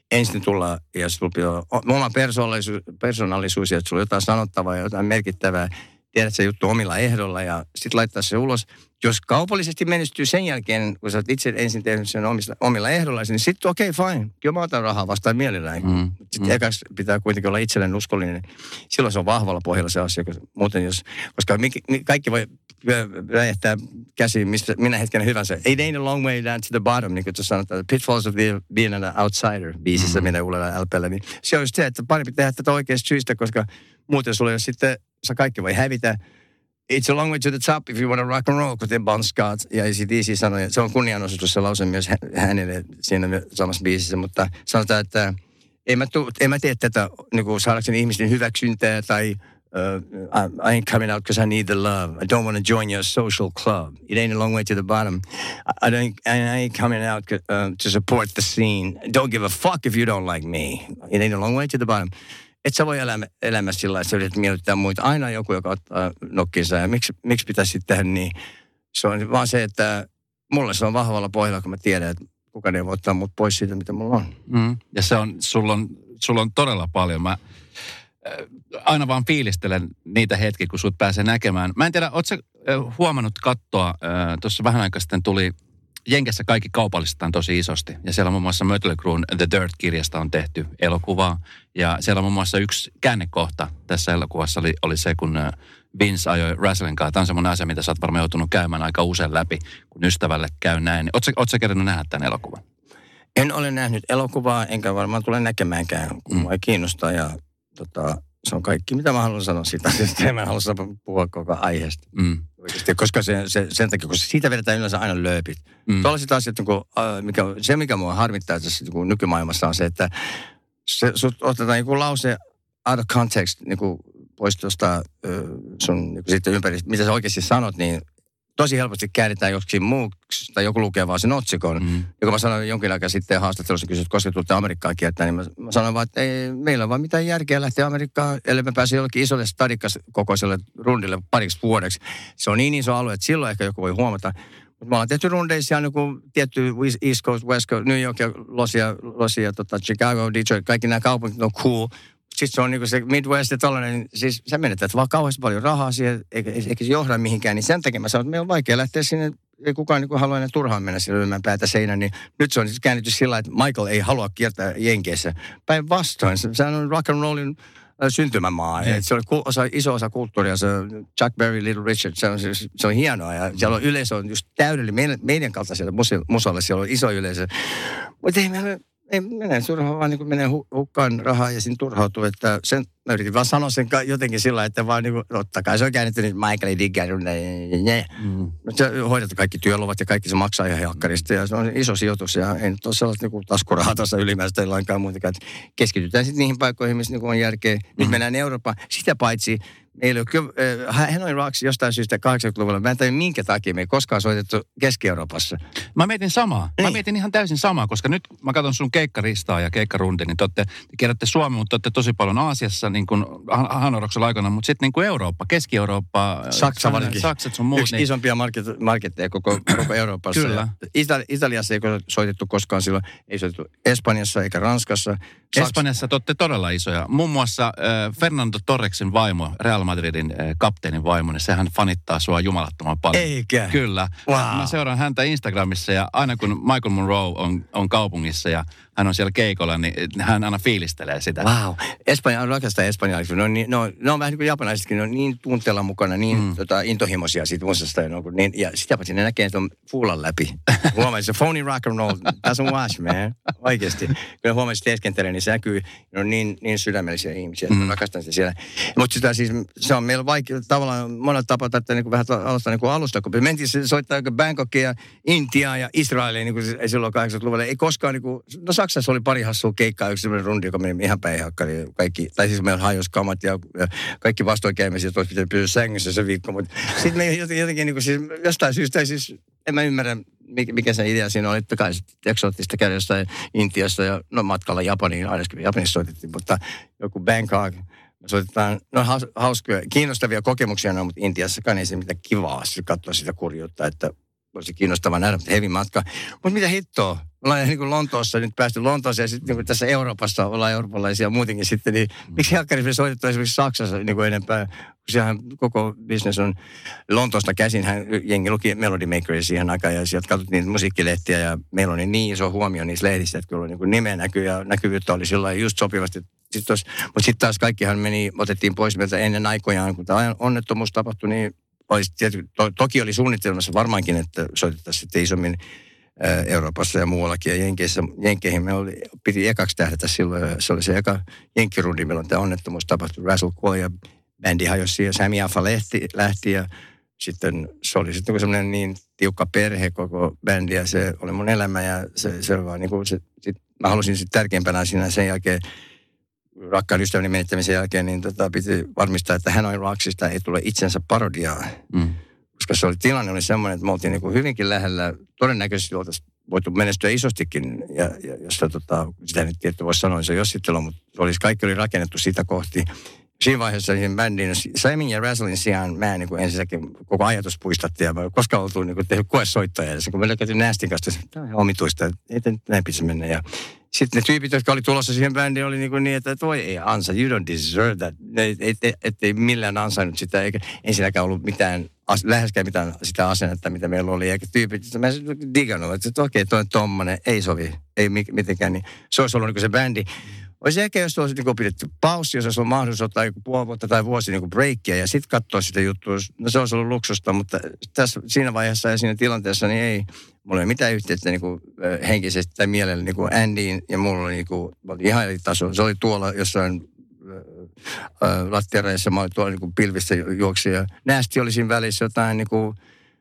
ensin tulla, ja sulla on oma persoonallisuus, persoonallisuus, ja sulla on jotain sanottavaa ja jotain merkittävää, tiedät se juttu omilla ehdolla ja sitten laittaa se ulos. Jos kaupallisesti menestyy sen jälkeen, kun sä oot itse ensin tehnyt sen omilla, omilla ehdolla, niin sitten okei, okay, fine. Kyllä mä otan rahaa vastaan mielellään. Mm, sitten mm. ekaksi pitää kuitenkin olla itselleen uskollinen. Silloin se on vahvalla pohjalla se asia. Muuten jos, koska kaikki voi räjähtää käsiin mistä, minä hetkenä hyvänsä. It ain't a long way down to the bottom, niin kuin tuossa sanotaan. Pitfalls of the, being an outsider biisissä, mm. minä uudella L P:llä. Niin se on just se, että parempi tehdä tätä oikeasta syystä, koska muuten sulla jos sitten, sä kaikki voi hävitä. It's a long way to the top if you want to rock and roll, kuten Bon Scott ja A C D C sanoi. Se on kunnianosoitus se lause myös hänelle siinä samassa biisissä, mutta sanotaan, että en mä, tu, en mä tee tätä niin kuin saadakseni ihmisten hyväksyntää tai uh, I, I ain't coming out because I need the love. I don't want to join your social club. It ain't a long way to the bottom. I, I, don't, I ain't coming out uh, to support the scene. Don't give a fuck if you don't like me. It ain't a long way to the bottom. Et sä voi elämä, elämässä sillä lailla, että sä yrität miellyttää muita. Aina joku, joka ottaa nokkinsa. Ja miksi, miksi pitäisi sitten tehdä niin? Se on vaan se, että mulle se on vahvalla pohjalla, kun mä tiedän, että kukaan ei voi ottaa mut pois siitä, mitä mulla on. Mm. Ja se on, sulla on, sulla on todella paljon. Mä äh, aina vaan fiilistelen niitä hetkiä, kun sut pääsee näkemään. Mä en tiedä, ootko sä äh, huomannut katsoa, äh, tuossa vähän aikaa sitten tuli Jenkessä kaikki kaupallistetaan tosi isosti. Ja siellä muun muassa Mötley Cruen The Dirt-kirjasta on tehty elokuvaa. Ja siellä muun muassa yksi käännekohta tässä elokuvassa oli, oli se, kun Vince ajoi Russellin kanssa. Tämä on semmoinen asia, mitä sä oot varmaan joutunut käymään aika usein läpi, kun ystävälle käy näin. Ootko sä kerännyt nähdä tämän elokuvan? En ole nähnyt elokuvaa, enkä varmaan tule näkemäänkään, kun mm. mua ei kiinnostaa. Ja tota, se on kaikki, mitä mä haluan sanoa siitä. En mä halua puhua koko aiheesta. Mm. Oikeasti, koska se, se, sen takia, koska siitä vedetään yleensä aina lööpit. Mm. Tuollaiset asiat, mikä, se mikä mua harmittaa tässä nykymaailmassa on se, että se, sut otetaan joku lause out of context niin kuin pois tuosta sun niin kuin sitten ympäri, mitä sä oikeasti sanot, niin tosi helposti käännetään joksikin muuksi, tai joku lukee vaan sen otsikon. Mm. Joka mä sanoin jonkin aikaa sitten haastattelussa kysyä, että koska tulette Amerikkaan kiertää, niin mä, mä sanoin vaan, että ei meillä on vaan mitään järkeä lähteä Amerikkaan, ellei mä pääse jollekin isolle stadikas kokoiselle rundille pariksi vuodeksi. Se on niin iso alue, että silloin ehkä joku voi huomata. Mutta me ollaan tehty rundeissa niin kuin tietty East Coast, West Coast, New York ja Los ja, Los ja tota, Chicago, Detroit, kaikki nämä kaupungit on cool. Sitten se on niin kuin se Midwest ja tollainen, siis sä menetät vaan kauheasti paljon rahaa siihen, eikä, eikä se johda mihinkään, niin sen takia mä sanon, että meillä on vaikea lähteä sinne, ei kukaan niin kuin halua enää turhaan mennä sille ylmään päätä seinään, niin nyt se on käännetty sillä, että Michael ei halua kiertää Jenkeissä. Päinvastoin, se on rock and rollin syntymämaa, mm. se on osa, iso osa kulttuuria, se on Chuck Berry, Little Richard, se on, se on hienoa ja siellä on yleisö on just täydellinen, meidän, meidän kaltaisella musalle siellä on iso yleisö, mutta ei meillä ei mene turhaan, vaan niin menee hukkaan rahaa ja siinä turhautuu, että sen, mä yritin vaan sanoa sen jotenkin sillä, että vaan niin kuin, totta kai se on käännetty, niin Michael ei diggaa, mm. Se hoidettu kaikki työluvat ja kaikki se maksaa ihan helkkarista ja se on iso sijoitus ja ei nyt ole sellaista niin taskurahaa tuossa ylimääräistä, ei lainkaan muutenkaan, että keskitytään sitten niihin paikkoihin, missä niin on järkeä. Mm. Nyt mennään Eurooppaan, sitä paitsi meillä on äh, Hanoi Rocks jostain syystä kahdeksankymmentäluvulla. Mä en tiedä minkä takia me ei koskaan soitettu Keski-Euroopassa. Mä mietin samaa. Niin. Mä mietin ihan täysin samaa, koska nyt mä katson sun keikkaristaa ja keikkarundia, niin te, olette, te kierrätte Suomi, mutta te olette tosi paljon Aasiassa, niin kuin Hanoi Rocksilla aikana, mutta sitten niin kuin Eurooppa, Keski-Eurooppa, Saksa varsinkin. Saksat sun muut. Yksi niin. isompia market, marketteja koko, koko Euroopassa. Kyllä. Itali- Italiassa ei soitettu koskaan silloin, ei soitettu Espanjassa eikä Ranskassa. Saks... Espanjassa te olette todella isoja. Muun muassa äh, Fernando Torresin vaimo, Real Madridin äh, kapteenin vaimo, niin sehän fanittaa sua jumalattoman paljon. Eikä? Kyllä. Wow. Mä seuraan häntä Instagramissa ja aina kun Michael Monroe on, on kaupungissa ja hän on siellä keikolla, niin hän aina fiilistelee sitä. Wow. Espanja on rakastaa espanjalaisia. Ne on, niin, ne, on, ne on vähän niin kuin japanaisetkin, ne on niin tunteella mukana, niin mm. tota, intohimoisia siitä musasta. Ja, niin, ja sitä paitsi ne näkee, että on fuulan läpi. Huomaa, se phony rock and roll doesn't wash, man. Oikeasti. Kun ne huomaa, että teeskentelee, niin se näkyy. Ne on niin, niin sydämellisiä ihmisiä. Mm. Rakastan sitä siellä. Mutta sitä siis, se on meillä vaikea, tavallaan monella tapaa tätä niin kuin vähän aloittaa niin kuin alusta. Kun me mentiin soittaa Bangkokia ja Intiaa ja Israelia niin kuin silloin kahdeksankymmentäluvulla. Ei koskaan niin kuin, no Saksassa oli pari hassua keikkaa, yksi sellainen rundi, joka meni ihan päihäkkari. Kaikki, tai siis meillä hajosi kamat ja, ja kaikki vastoinkäymisiä, että olisi pitänyt pysyä sängyssä se viikko. Mutta sitten me jotenkin niin kuin, siis, jostain syystä, siis en mä ymmärrä, mikä se idea siinä oli, että kai eksoottista käydä jossain Intiassa ja no matkalla Japaniin, ainakin Japanissa soitettiin, mutta joku Bangkok, me soitetaan, no hauskoja, kiinnostavia kokemuksia, no, mutta Intiassakaan ei se mitään kivaa, siis katsoa sitä kurjuutta, että olisi kiinnostavaa nähdä, mutta heavy matka. Mutta mitä hittoa? ollaan niin kuin Lontoossa nyt päästy Lontoossa ja sitten niin tässä Euroopassa ollaan eurooppalaisia muutenkin sitten, niin miksi helkkarissa me soitettu esimerkiksi Saksassa niin kuin enempää, kun sehän koko business on Lontoosta käsin, hän jengi luki Melody Makeria siihen aikaan ja sieltä katsottiin niitä musiikkilehtiä ja meillä oli niin iso huomio niissä lehdissä, että kyllä niin kuin nimeä näkyy ja näkyvyyttä oli sillä just sopivasti. Sitten mutta sitten taas kaikkihan meni, otettiin pois meiltä ennen aikojaan, kun tämä onnettomuus tapahtui, niin olisi tietysti, to, toki oli suunnitelmassa varmaankin, että soitettaisiin sitten isommin ää, Euroopassa ja muuallakin. Ja Jenkeissä, Jenkeihin me oli, piti ekaksi tähdätä silloin, se oli se eka jenkkirundi, milloin tämä onnettomuus tapahtui. Russell Crowe ja bändi hajosi ja Sammy Alfa lähti, lähti ja sitten se oli sitten semmoinen niin tiukka perhe koko bändi ja se oli mun elämä ja se, se vaan niin kuin se, sit, mä halusin sitten tärkeimpänä siinä sen jälkeen rakkaan ystäväni menettämisen jälkeen, niin tota, piti varmistaa, että Hanoi Rocksista ei tule itsensä parodiaa. Mm. Koska se oli, tilanne oli semmoinen, että me oltiin niin kuin hyvinkin lähellä, todennäköisesti oltaisiin voitu menestyä isostikin, ja, ja josta tota, sitä nyt tietty voisi sanoa, se jossittelu, mutta olisi, kaikki oli rakennettu sitä kohti. Siinä vaiheessa siinä bändiin, Simon ja Razzlin sijaan mä en niin kuin ensinnäkin koko ajatus puistattiin, ja mä koskaan oltu niin kuin tehnyt koesoittoja edes. Kun me lökättiin Nastin kanssa, tämä on ihan omituista, että ei näin pitäisi mennä. Ja sitten ne tyypit, jotka oli tulossa siihen bändiin, oli niin, niin että voi ei ansa, you don't deserve that. Ettei et, et, et millään ansainnut sitä, eikä ensinnäkään ollut mitään, läheskään mitään sitä asennetta, mitä meillä oli. Eikä tyypit, että mä digannut, että okei, toi on tommonen, ei sovi, ei mitenkään. Niin se olisi ollut niin se bändi. Olisi ehkä, jos olisi niin pidetty paussi, jos olisi ollut mahdollisuus ottaa joku puoli vuotta tai vuosi niin breikkiä ja sitten katsoa sitä juttua. No se olisi ollut luksusta, mutta tässä, siinä vaiheessa ja siinä tilanteessa niin ei. Mulla ei ole mitään yhteyttä niin kuin, henkisesti tai mielellä niin kuin Andyin ja mulla oli, niin kuin, ihan eri taso. Se oli tuolla jossain äh, lattiareissa, mä olin tuolla niin kuin pilvissä juoksi ja Nasty oli siinä välissä jotain niin kuin,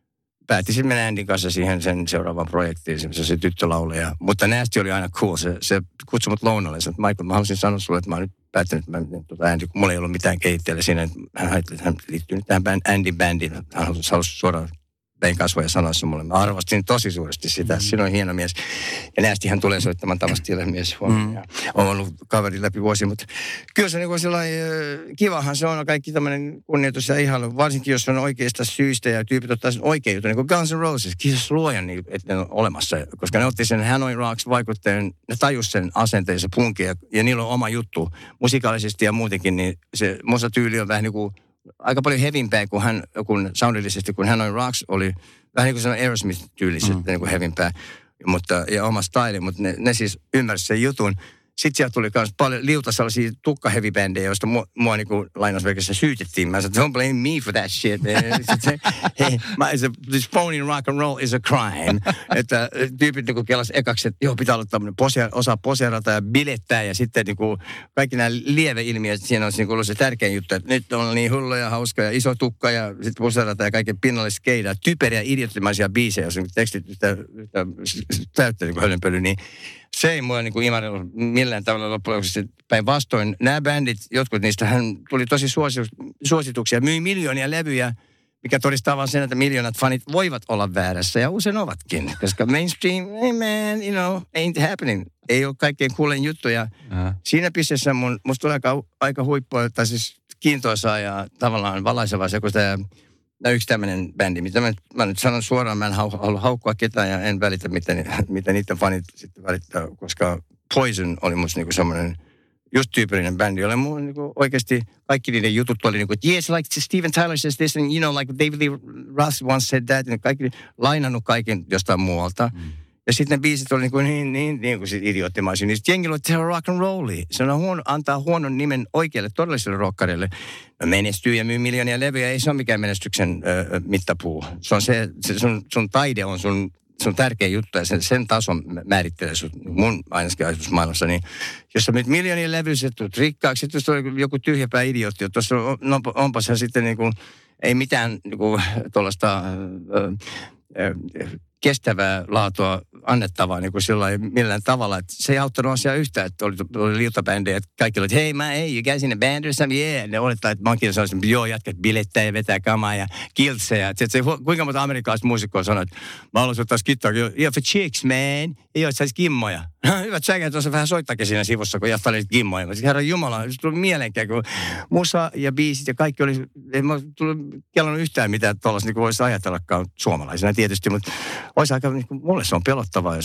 päätin mennä Andyn kanssa siihen sen seuraavaan projektiin, se, se tyttölauleja. Mutta Nasty oli aina cool, se, se kutsui mut lounalle. Se, Michael, mä haluaisin sanoa sulle, että mä oon nyt päättänyt, että mä, tuota Andy, kun mulla ei ollut mitään keittiöllä siinä, että hän ajatteli, että hän liittyy nyt tähän Andyn bändiin. Hän halusi, halusi suoraan pein kasvoja sanoa se mulle. Mä arvostin tosi suuresti sitä. Mm. Siinä on hieno mies. Ja Nastyhän tulee soittamaan tavasti mies huomioon. Mm. Olen ollut kaveri läpi vuosia, mutta kyllä se niin kuin sellainen, kivahan se on kaikki tämmöinen kunnioitus ja ihailu. Varsinkin, jos on oikeista syistä ja tyypit ottaa sen oikein jutun. Niin kuin Guns N' Roses, kiitos luojan, että ne on olemassa. Koska ne otti sen Hanoi Rocks-vaikutteen, ne tajus sen asenteen, se punki ja, ja niillä on oma juttu. Musikaalisesti ja muutenkin, niin se musatyyli on vähän niin kuin aika paljon hevimpää kuin hän, kun soundillisesti, kun Hanoi Rocks oli vähän niin kuin sellainen Aerosmith-tyylisesti, mm. niin kuin hevimpää, mutta, ja oma style, mutta ne, ne siis ymmärsivät sen jutun. Sitten sieltä tuli myös paljon liuta sellaisia tukka-heavy-bändejä, joista mua, mua niin kuin lainausmerkissä syytettiin. Mä sanoin, don't blame me for that shit. Sitten hey, this phony rock and roll is a crime. Että tyypit niin kuin kelasi ekaksi, että joo, pitää olla tämmöinen posia, osaa poseerata ja bilettää. Ja sitten niin kuin kaikki nämä lieveilmiöt, siinä olisi niin kuin ollut se tärkein juttu, että nyt on niin hullu ja hauska ja iso tukka ja sitten poseerata ja kaiken pinnalle skeidaa. Typeriä, idioottimaisia biisejä, jos niin tekstit yhtä, yhtä täyttä niin kuin hölynpöly, niin se ei mua niin imarrellut millään tavalla loppujen lopuksi päinvastoin. Nämä bändit, jotkut niistä hän tuli tosi suosituksia, myi miljoonia levyjä, mikä todistaa vaan sen, että miljoonat fanit voivat olla väärässä ja usein ovatkin. Koska mainstream, hey man, you know, ain't happening. Ei ole kaikkein kuulen juttuja. Uh-huh. Siinä pisteessä mun, musta tuli aika, aika huippua, tai siis kiintoisaa ja tavallaan valaisevaa se, kun tämä No yksi tämmöinen bändi, mitä mä, mä nyt sanon suoraan, mä en halua haukkua ketään ja en välitä, mitä, mitä niiden fanit sitten välittää, koska Poison oli musta niinku semmoinen just tyypillinen bändi, jolle mun niinku oikeasti kaikki niiden jutut oli niinku, yes, like Steven Tyler says this, and you know, like David Lee Roth once said that, ja kaikki lainannut kaiken jostain muualta. Mm. Ja sitten ne biisit oli niinku niin, niin, niin kuin idioottimaisia. Niin sitten jengi oli tehdä rock and rollia. Se on huono, antaa huonon nimen oikealle todelliselle rockarille. No menestyy ja myy miljoonia levyjä, ei se ole mikään menestyksen ö, mittapuu. Se on se, se sun, sun taide on sun, sun tärkeä juttu ja sen, sen tason määrittelee sun, mun ainakin ajatusmaailmassa. Niin, jos sä myyt miljoonia levyjä, sä tulet rikkaaksi, sitten jos on joku tyhjäpää idiootti, tuossa on, no, onpas se sitten niinku, ei mitään niinku tuollaista kestävää laatua annettavaa niin kuin sillain millään tavalla. Että se ei auttanut asiaa yhtään, että oli, oli liutabändejä, että kaikki oli, että hei mä, ei, you guys in a band or something, yeah. Ne olettaa, että mäkin sanoisin, että joo, jatkat bilettää ja vetää kamaa ja kiltsejä. Että se, kuinka monta amerikkalaista muusikkoa sanoi, että mä haluaisin ottaa skittaa, yeah, for chicks, man. Ei ole, että saisi kimmoja. Hyvät säkät, tuossa vähän soittakin siinä sivussa, kun jahtaa olisit kimmoja. Mä sanoin, herra Jumala, se tuli mieleenkään, kun musa ja biisit ja kaikki oli, ei mä tullut kellannut yhtään mitään tuollaista, niin kuin voisi ajatellakaan suomalaisena tietysti, mutta olisi aika, niin kuin, mulle se on pelottavaa, jos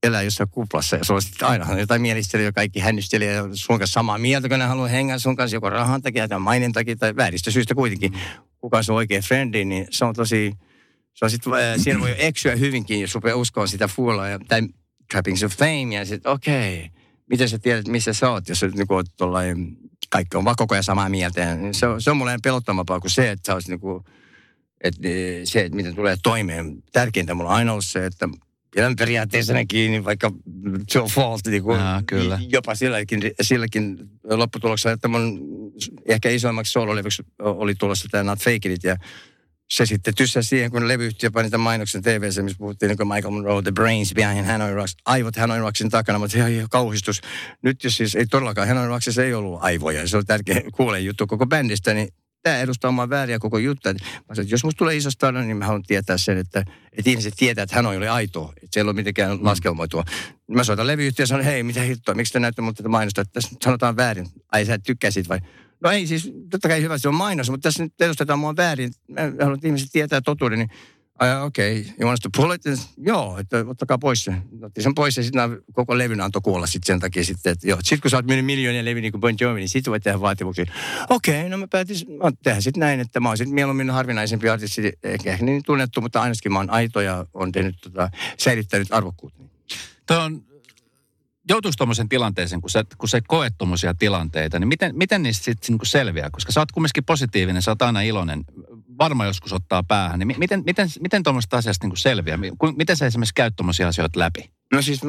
elää jossain kuplassa ja sulla on sitten aina jotain mielistelyä, kaikki hännystelijä ja sun kanssa samaa mieltä, kun ne haluaa hengää sun kanssa joko rahan takia tai mainen takia tai vääristä syystä kuitenkin. Kuka on sun oikea friendi, niin se on tosi, se on sit, äh, siinä voi eksyä hyvinkin, jos rupeaa uskoon sitä fuulaa ja tai trappings of fame ja sitten okei, okay, miten sä tiedät, missä sä oot, jos sä niin oot tollain, kaikki on vaan koko ajan samaa mieltä. Ja se, on, se on mulle pelottavampaa kuin se, että sä oot niinku, että se, että miten tulee toimeen. Tärkeintä mulla on aina ollut se, että pidän periaatteessa ne kiinni, vaikka se on fault, niin kuin, Aa, kyllä. jopa silläkin, silläkin lopputuloksella, että mun ehkä isoimmaksi soololevyksi oli tulossa tämä Not Fake It, ja se sitten tyssäsi siihen, kun levyyhtiö pani tämän mainoksen T V:ssä, missä puhuttiin niin kuin Michael Monroe, The Brains Behind Hanoi Rocks, aivot Hanoi Rocksin takana, mutta ihan, ihan kauhistus. Nyt jos siis ei todellakaan, Hanoi Rocksissa ei ollut aivoja, se on tärkeä kuulen juttu koko bändistä, niin tämä edustaa omaa vääriä koko juttu. Mä sanoin, että jos musta tulee iso stadion, niin mä haluan tietää sen, että, että ihmiset tietää, että Hanoi oli aito. Että siellä ei ole mitenkään laskelmoitua. Mä soitan levyyhtiö ja sanon, hei, mitä hittoa, miksi te näytte mulle tätä mainosta, että tässä sanotaan väärin. Ai, sä et tykkää siitä vai? No ei siis, totta kai hyvä, se on mainos, mutta tässä nyt edustetaan mua väärin. Mä haluan, että ihmiset tietää totuuden, niin okei, okay, you want us to pull it? Joo, että ottakaa pois se. Otti sen pois ja sitten koko levyn antoi kuolla sitten sen takia sitten, että joo. Sitten kun sä oot myynyt miljoonia levy niin kuin Bon Jovi, niin sit voit tehdä vaatimuksia. Okei, okay, no mä päätin tehdä sitten näin, että mä oon sitten mieluummin harvinaisempi artisti, ehkä niin tunnettu, mutta ainakin mä oon aito ja on tehnyt tota, säilyttänyt arvokkuutta. Tuo on, joutuisi tuommoisen tilanteeseen, kun sä, kun sä koet tuommoisia tilanteita, niin miten, miten niistä sitten niin selviää? Koska sä oot kumminkin positiivinen, sä oot aina iloinen, varma joskus ottaa päähän. Niin miten, miten, miten tuommoista asiasta niin selviää? Miten sä esimerkiksi käyt tuommoisia asioita läpi? No siis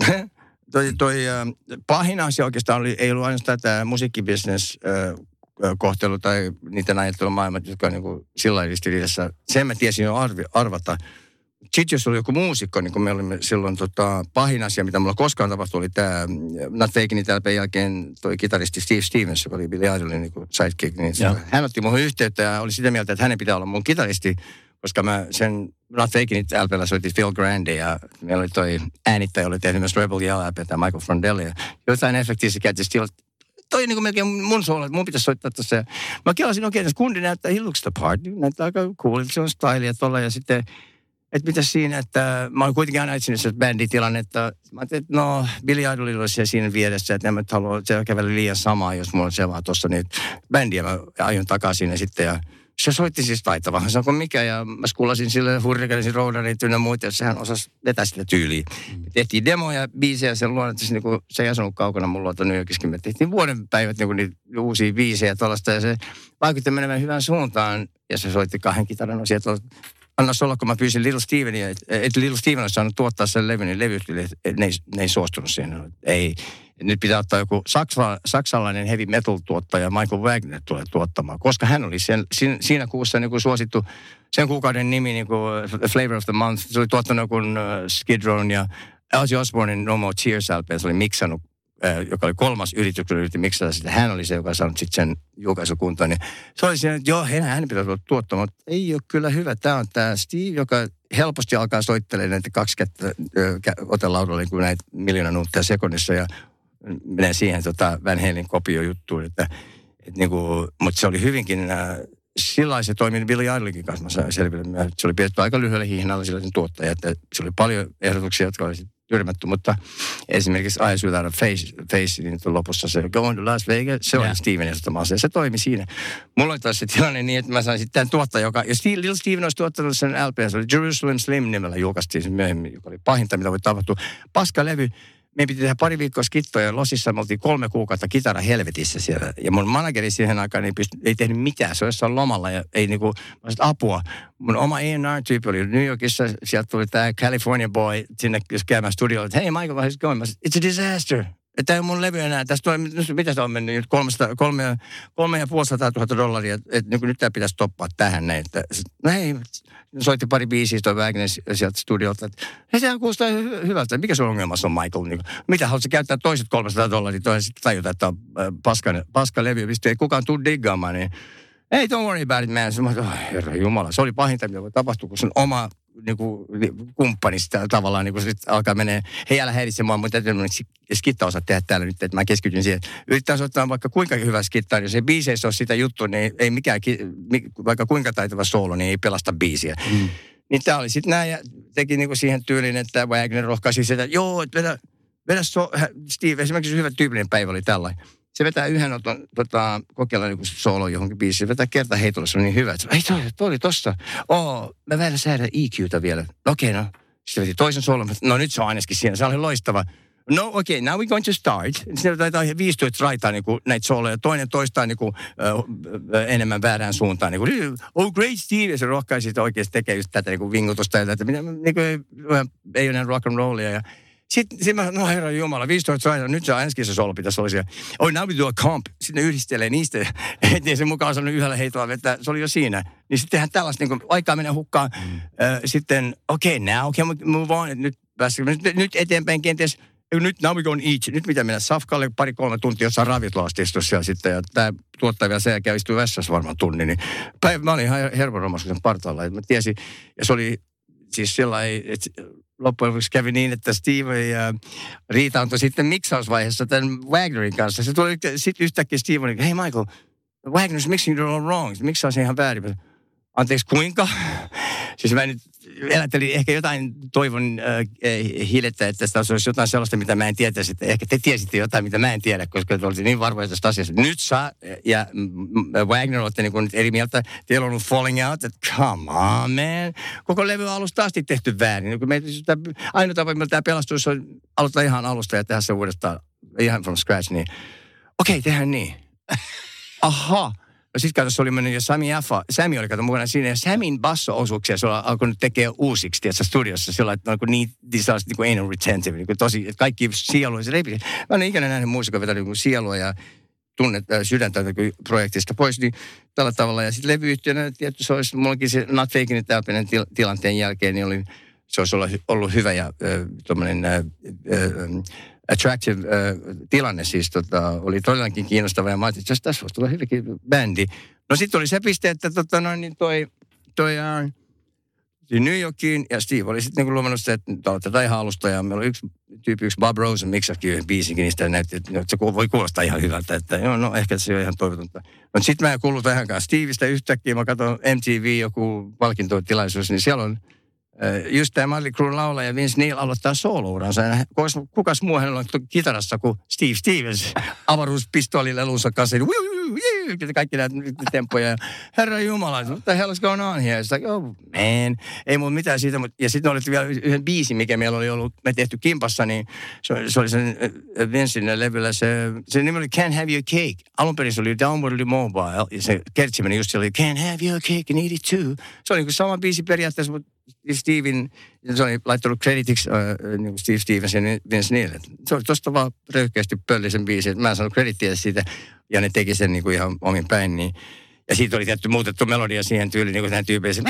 toi, toi äh, pahin asia oikeastaan oli, ei ollut ainoastaan tämä musiikkibisnes äh, kohtelu tai niiden ajattelumaailmat, jotka on niin kuin sillä lailla ristiriidassa. Sen mä tiesin jo arvi, arvata. Sitten jos oli joku muusikko, niin kuin me olimme silloin tota, pahin asia, mitä mulla koskaan tapahtui, oli tämä Not Fake It -lp:n jälkeen toi kitaristi Steve Stevens, joka oli Billy Idolin niin sidekick. Niin hän otti muhun yhteyttä ja oli sitä mieltä, että hänen pitää olla mun kitaristi, koska mä sen Not Fake It -lp:llä soitin Phil Grande ja meillä oli toi äänittäjä, oli tehnyt myös Rebel Yell -lp:tä, Michael Frondelli. Ja jotain efektiä se käytti Steve. Toi niin kuin melkein mun suolla, että mun pitäisi soittaa tuossa. Mä kelasin oikein, että kundi näyttää, he looks the part, näyttää aika cool, se on stylia tuolla ja sitten että mitä siinä, että mä oon kuitenkin aina etsinyt se bänditilannetta. Mä ajattelin, että no, Billy Idolilla olisi siinä vieressä, että en mä halua, se kävellä liian samaa, jos mulla on se vaan tuossa niin bändiä. Mä aion takaisin ja sitten, ja se soitti siis taitavahan, se on kuin mikä, ja mä skullasin sille hurrikalisin roudarit ynnä muita, ja sehän osasi vetää sitä tyyliä. Mm. Tehtiin demoja, biisejä sen luon, että se, niin kuin, se ei asunut kaukana mun luota New Yorkissakin. Me tehtiin vuoden päivät niin kuin niitä uusia biisejä tuollaista, ja se vaikutti menemään hyvään suuntaan, ja se soitti kahden kitaran osia tuolla. Annas olla, kun mä pyysin Little Stevenia, että Little Steven olisi saanut tuottaa sen levyn, niin levyhtiölle, että ne, ne ei suostunut siihen. Ei. Nyt pitää ottaa joku saksa, saksalainen heavy metal-tuottaja Michael Wagner tulee tuottamaan, koska hän oli sen, siinä, siinä kuussa niin kuin suosittu, sen kuukauden nimi niin kuin Flavor of the Month. Se oli tuottanut joku uh, Skid Rown ja Ozzy Osbournein No More Tears -lp. Se oli miksannut, uh, joka oli kolmas yritys, joka yritti miksata sitä. Hän oli se, joka saanut sitten sen julkaisukuntoon. Niin se oli siinä, että joo, hän pitää tulla tuottamaan, mutta ei ole kyllä hyvä. Tämä on tämä Steve, joka helposti alkaa soittelemaan näitä kaksi kättä uh, otelaudalle, niin kuin näitä miljoonan nuutteja sekunnissa ja menee siihen tota Van Halen kopiojuttuun, että et niinku, mutta se oli hyvinkin, äh, sillä se toimi Billy Idolinkin kanssa, mä sain selville. Se oli pidetty aika lyhyellä hihnalla sillä sen tuottaja, että se oli paljon ehdotuksia, jotka olisi tyrmätty, mutta esimerkiksi Eyes Without a Face, face niin lopussa se Going to Las Vegas, se yeah. oli Steven ehdottomassa ja se toimi siinä. Mulla oli taas se tilanne niin, että mä sain sitten tämän tuottaja, joka, ja Steve, Little Steven olisi tuottanut sen L P, se oli Jerusalem Slim nimellä, julkaistiin sen myöhemmin, joka oli pahinta, mitä voi tapahtua. Paska levy. Me piti tehdä pari viikkoa skittoja ja Losissa me oltiin kolme kuukautta kitara helvetissä siellä. Ja mun manageri siihen aikaan ei, pysty, ei tehnyt mitään. Se oli jossain lomalla ja ei niinku, mä sanoin, apua. Mun oma A and R-tyyppi oli New Yorkissa. Sieltä tuli tää California boy sinne, jos käymään studiolle, että hei Michael, how's it going? Mä sanoin, it's a disaster. Että ei mun levy enää. Tästä tulee, mitä se on mennyt nyt? Kolmesta, kolme, kolme ja puolisataa tuhatta dollaria. Että niin nyt tämä pitäisi toppaa tähän näin. Että, no hei, soitti pari biisiä toi Wagner sieltä studiolta. Että hei, sehän kuulostaa hy- hyvältä. Mikä sun ongelmassa on, Michael? Niin, mitä, haluatko käyttää toiset kolmesataa dollaria? Toiset sitten tajuta, että on paska, paska levy. Mistä ei kukaan tule diggaamaan. Niin, hey, don't worry about it, man. Mä, oh, herra jumala, se oli pahinta, mitä voi tapahtua, kun sun oma niinku kumppanista tavallaan niinku sit alkaa menee, hei älä häiritse mua, mutta täytyy skittaa osaa tehdä täällä nyt, että mä keskityn siihen. Yrittää soittaa vaikka kuinka hyvä skittaa, jos ei biiseissä ole sitä juttua, niin ei mikään, vaikka kuinka taitava soolo, niin ei pelasta biisiä. Mm. Niin tää oli sitten näin ja teki niinku siihen tyyliin, että Wagner rohkaisi sitä, joo, että vedä, vedä so, Steve, esimerkiksi hyvä tyypillinen päivä oli tällainen. Se vetää yhden oton, tota, kokeilla niinku solo johonkin biisiin, se vetää kerta heitolla, se on niin hyvä, että ei toi, toi oli tossa. Oo, mä vielä säädän E Q:tä vielä. Okei, okay, no. Sitten veti toisen solon, no nyt se on ainakin siinä, se oli loistava. No okei, okay, now we're going to start. Sitten taitaa viisitoista raitaa niin kuin näitä soloja. Toinen toistaa niin kuin, äh, enemmän väärään suuntaan. Niin kuin, oh great Steve, ja se rohkaisi sitä oikeasti tekee just tätä niin kuin vingutusta ja tätä. Niin kuin, ei ole näin rock and rollia. Ja sitten sit mä, no herra jumala, viisitoista raitaa, nyt se ainakin se solo pitäisi olla siellä. Oh now we do a comp. Sitten ne yhdistelee niistä, ettei se mukaan saanut yhdellä heitolla vetää, se oli jo siinä. Niin sitten tehdään tällaista, niin kuin aikaa menee hukkaan. Mm. Äh, sitten, okei, okay, now can we move on. Nyt, nyt, nyt eteenpäin kenties. Nyt now we go eat. Nyt mitä mennä safkalle pari-kolme tuntia jossain ravintolasta istua siellä sitten. Ja tämä tuottaja vielä sen jälkeen istui vessassa varmaan tunnin. Niin päivä, mä olin ihan hermoromaisuuden partaalla. Mä tiesin, ja se oli siis sellainen, että loppujen lopuksi kävi niin, että Steve ja Riita antoi sitten miksausvaiheessa tämän Wagnerin kanssa. Se tuli sitten yhtäkkiä Steve oli, hei Michael, Wagner's mixing it all wrong. Miksaus ihan väärin. Anteeksi, kuinka? Siis mä nyt elättelin ehkä jotain toivon äh, hilettä, että tässä olisi jotain sellaista, mitä mä en tietäisi. Että ehkä te tiesitte jotain, mitä mä en tiedä, koska te olette niin varmoja tästä asiasta. Nyt sä ja Wagner olette niin kuin eri mieltä. Teillä on ollut falling out, että come on man. Koko levy on alusta asti tehty väärin. Niin me, ainoa tapa, millä tämä pelastus on aloittaa ihan alusta ja tehdä se uudestaan ihan from scratch. Niin okei, okay, tehdään niin. Aha. No sit kato, se oli mennyt jo Sami Affa. Sami oli kato mukana siinä ja Samin basso-osuuksia se on alkanut tekemään uusiksi, tiedätkö, studiossa. Sillä että niin, niin, niin sellaiset niin kuin anal retentive, niin kuin tosi, että kaikki sielua. Se reipi. Mä en ikinä nähnyt muusikon vetänyt niin sielua ja tunnet, äh, sydäntä niin projektista pois, niin tällä tavalla. Ja sitten levyyhtiönä, tietysti se olisi, mullakin se Not Faking It Alpinen til, tilanteen jälkeen, niin oli, se olisi ollut, ollut hyvä ja äh, tuommoinen äh, äh, attractive äh, tilanne siis tota, oli todellakin kiinnostava ja mä ajattelin, että tässä voisi tulla hyvinkin bändi. No sitten oli se piste, että tota, no, niin toi, toi äh, New Yorkiin ja Steve oli sitten niin luvannut sitä, että aloitetaan ihan alusta ja meillä oli yksi tyyppi, yksi Bob Rosen miksasikin yhden biisinkin, niin sitä näytti, että se voi kuulostaa ihan hyvältä, että joo, no ehkä se on ihan toivotonta. No sitten mä en kuullut vähänkään Stevistä yhtäkkiä, mä katson M T V joku palkintotilaisuus, niin siellä on just tämä Mötley Crüen laulaja Vince Neil aloittaa solo-uransa. Kukas muu hänellä on kitarassa kuin Steve Stevens avaruuspistoolilelunsa kanssa. Kaikki näitä tempoja. Herra Jumala, what the hell is going on here? It's like, oh man, ei mulla mitään siitä. Ja sitten oli vielä yhden biisin, mikä meillä oli ollut, me tehty kimpassa, niin se, se oli sen Vincein levyllä. Se, se nimi oli Can't Have Your Cake. Alun perin se oli Downwardly Mobile. Ja se kertsi meni just siellä, Can't Have Your Cake, Need It Too. Se oli niin kuin sama biisi periaatteessa, mutta Steven, se oli laittanut creditiksi äh, niin Steve Stevens ja Vince Neil. Se oli tosta vaan röyhkeästi pöllisen biisi, että mä en saanut credittiä siitä, ja ne teki sen niin kuin ihan omin päin. Niin. Ja siitä oli tietty muutettu melodia siihen tyyliin, niin kuin tähän tyypillisen.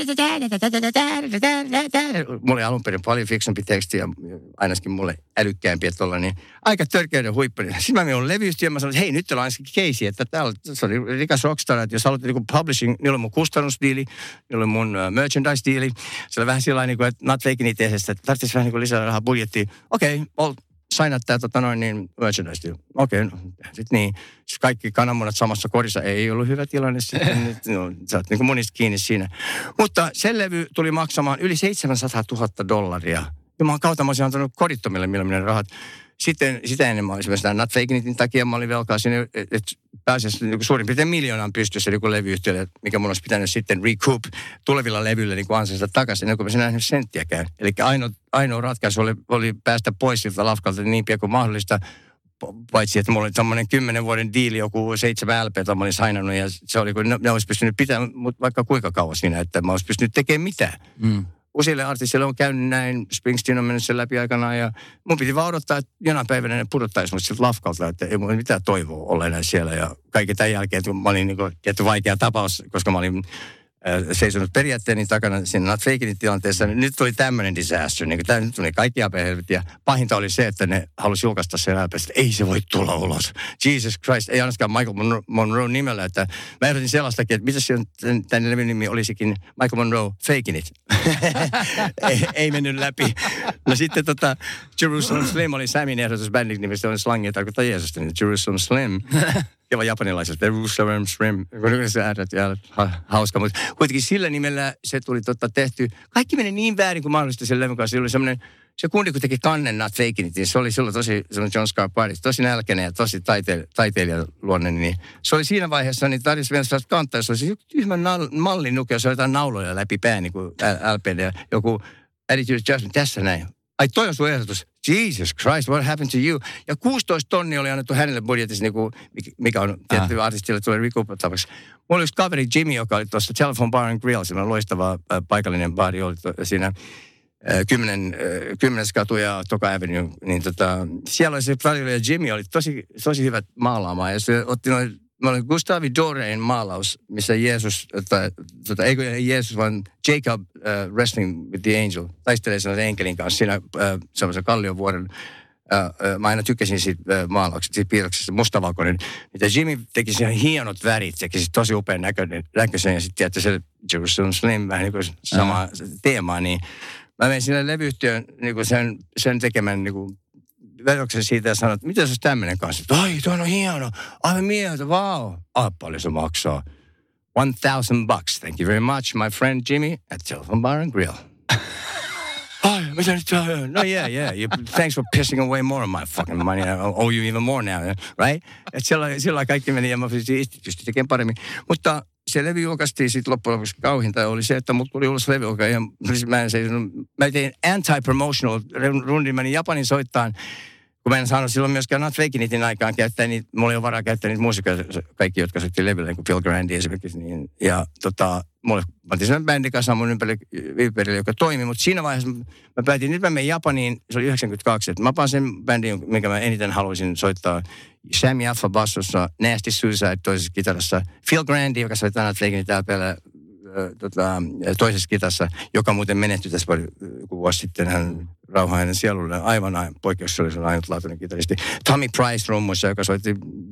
Mulla oli alun perin paljon fiksumpi teksti ja ainakin mulle älykkäämpi, että olla niin aika törkeyden huippu. Sitten mä menin levyyhtiöön ja mä sanoin, että hei, nyt teillä on ainakin keisi, että täällä se oli rikas rockstar, että jos haluatte niin publishing, niillä oli mun kustannusdiili, niillä oli mun uh, merchandise-diili. Se oli vähän sillä niin kuin, että not faking it että tarvitsisi vähän niin kuin lisää rahaa budjettiin. Okei, okay, sainat tää tota noin niin merchandise. Okei, okay, no, sit niin. Siis kaikki kananmunat samassa korissa ei ollut hyvä tilanne sitten. No, sä oot niin kuin monista kiinni siinä. Mutta sen levy tuli maksamaan yli seitsemänsataatuhatta dollaria. Jumalan kautta mä olisin antanut kodittomille milloin rahat. Sitten sitä ennen mä olisin myös Not Faking Itin takia mä olin velkaa sinne, että et pääsiäis niin suurin piirtein miljoonan pystyssä niin levyyhtiölle, mikä mun olisi pitänyt sitten recoup tulevilla levyillä niin ansiosta takaisin, ennen kuin mä sen nähnyt senttiäkään. Eli ainoa, ainoa ratkaisu oli, oli päästä pois siltä lafkalta niin pian kuin mahdollista, paitsi että mulla oli tommoinen kymmenen vuoden diili, joku seitsemän L P:tä mä olin sainannut, ja se oli, kun ne, ne olisi pystynyt pitämään mut vaikka kuinka kauan siinä, että mä olisi pystynyt tekemään mitään. Mm. Useille artisteille on käynyt näin, Springsteen on mennyt sen läpi aikanaan ja mun piti vaan odottaa, että jonain päivänä ne pudottaisi mut siltä lafkalta, että ei mulla mitään toivoa olla enää siellä. Ja kaiken tämän jälkeen, kun mä olin niin kuin, tietty vaikea tapaus, koska mä olin äh, seisonut periaatteeni takana siinä Not Faking It -tilanteessa, niin nyt tuli tämmöinen disaster. Niin tämä nyt tuli kaikki apehelvetti ja pahinta oli se, että ne halusi julkaista sen läpäistä, että ei se voi tulla ulos. Jesus Christ, ei ainakaan Michael Monroe nimellä, että mä ehdotin sellaistakin, että mitä se on, tänne levyn nimi olisikin Michael Monroe Faking It. ei, ei mennyt läpi. No sitten tota, Jerusalem Slim oli Samin ehdotus bändin nimistä, on slangia tarkoittaa Jeesusta, niin Jerusalem Slim. Ja japanilaiset, Jerusalem Shrimp, hauska, mutta kuitenkin sillä nimellä se tuli totta tehty. Kaikki meni niin väärin kuin mahdollista sen levyn kanssa. Se oli semmoinen, se kundi kun teki kannen Not Faking It, niin se oli silloin tosi semmoinen John Scarpari, tosi nälkäinen ja tosi taiteil, taiteilijaluonne. Niin se oli siinä vaiheessa, niin tarjosi vielä sellaista kantaa, se oli se tyhmän mallinuke, jossa oli jotain nauloja läpi pää, niin kuin L P D ja joku Attitude Adjustment, tässä näin. Ai toi on sun ehdotus. Jesus Christ, what happened to you? Ja kuusitoista tonnia oli annettu hänelle budjetissa, niin kuin, mikä on tietty ah. artistille tulee rikupattavaksi. Mulla oli yksi kaveri Jimmy, joka oli tuossa Telephone Bar and Grill, semmoinen loistava äh, paikallinen baari, oli to, siinä äh, kymmenen, äh, kymmenes katu ja Toka Avenue. Niin tota, siellä oli se Flavio ja Jimmy, oli tosi, tosi hyvät maalaamaan. Ja se otti noin, mä olin Gustavi Dorein maalaus, missä Jeesus, tai, tota, eikö Jeesus, vaan Jacob uh, wrestling with the angel, taistelee sellaisen enkelin kanssa siinä uh, semmoisen kalliovuoren. Uh, uh, mä aina tykkäsin siitä uh, maalauksesta, siitä piirroksesta, mustavalkoinen. Mitä Jimmy teki siihen hienot värit, teki sitten tosi upean näköinen, näköisen, ja sitten tiedätte se Jerusalem Slim, vähän niin kuin sama uh-huh. teema, niin mä menin sinne levyyhtiöön niin sen, sen tekemän niin kuin vedoksen siitä ja sanoin, että mitä se olisi tämmöinen kanssa? Ai, tuo on hieno, aivan mieltä, vau. Wow. Ah, paljon se maksaa. One thousand bucks, thank you very much, my friend Jimmy at Telephone Bar and Grill. Ai, mitä nyt? No yeah, yeah, you, thanks for pissing away more of my fucking money. I owe you even more now, right? Että sillä, sillä kaikki meni ja mä pystyin tekemään paremmin. Mutta se levy julkaistiin sitten loppujen lopuksi kauhinta oli se, että mulla tuli ulos levy, joka ihan, mä, en seisonut, mä tein anti-promotional rundin, menin Japanin soittaan, kun mä en saanut silloin myöskään Not Faking Itin aikaan käyttää niitä, mulla ei ole varaa käyttää niitä muusikoita, kaikki, jotka soitti levyllä, niin kuin Phil Grandi esimerkiksi, niin, ja tota, mulla oltiin sellainen bändi kanssa mun ympärille, joka toimi, mutta siinä vaiheessa mä päätin, nyt mä menen Japaniin, se oli yhdeksänkymmentäkaksi, että mä paan sen bändin, minkä mä eniten haluaisin soittaa, Sam Jaffa bassossa, Nasty Suicide toisessa kitarassa, Phil Grandi, joka soittaa Not Faking It täällä tota, toisessa kitassa, joka muuten menehtyi tässä pari vuosi sitten, hän rauhaa hänen sielulle, aivan, aivan poikkeuksellisen ainutlaatuinen kitaristi. Tommy Price rummuissa, joka soitti,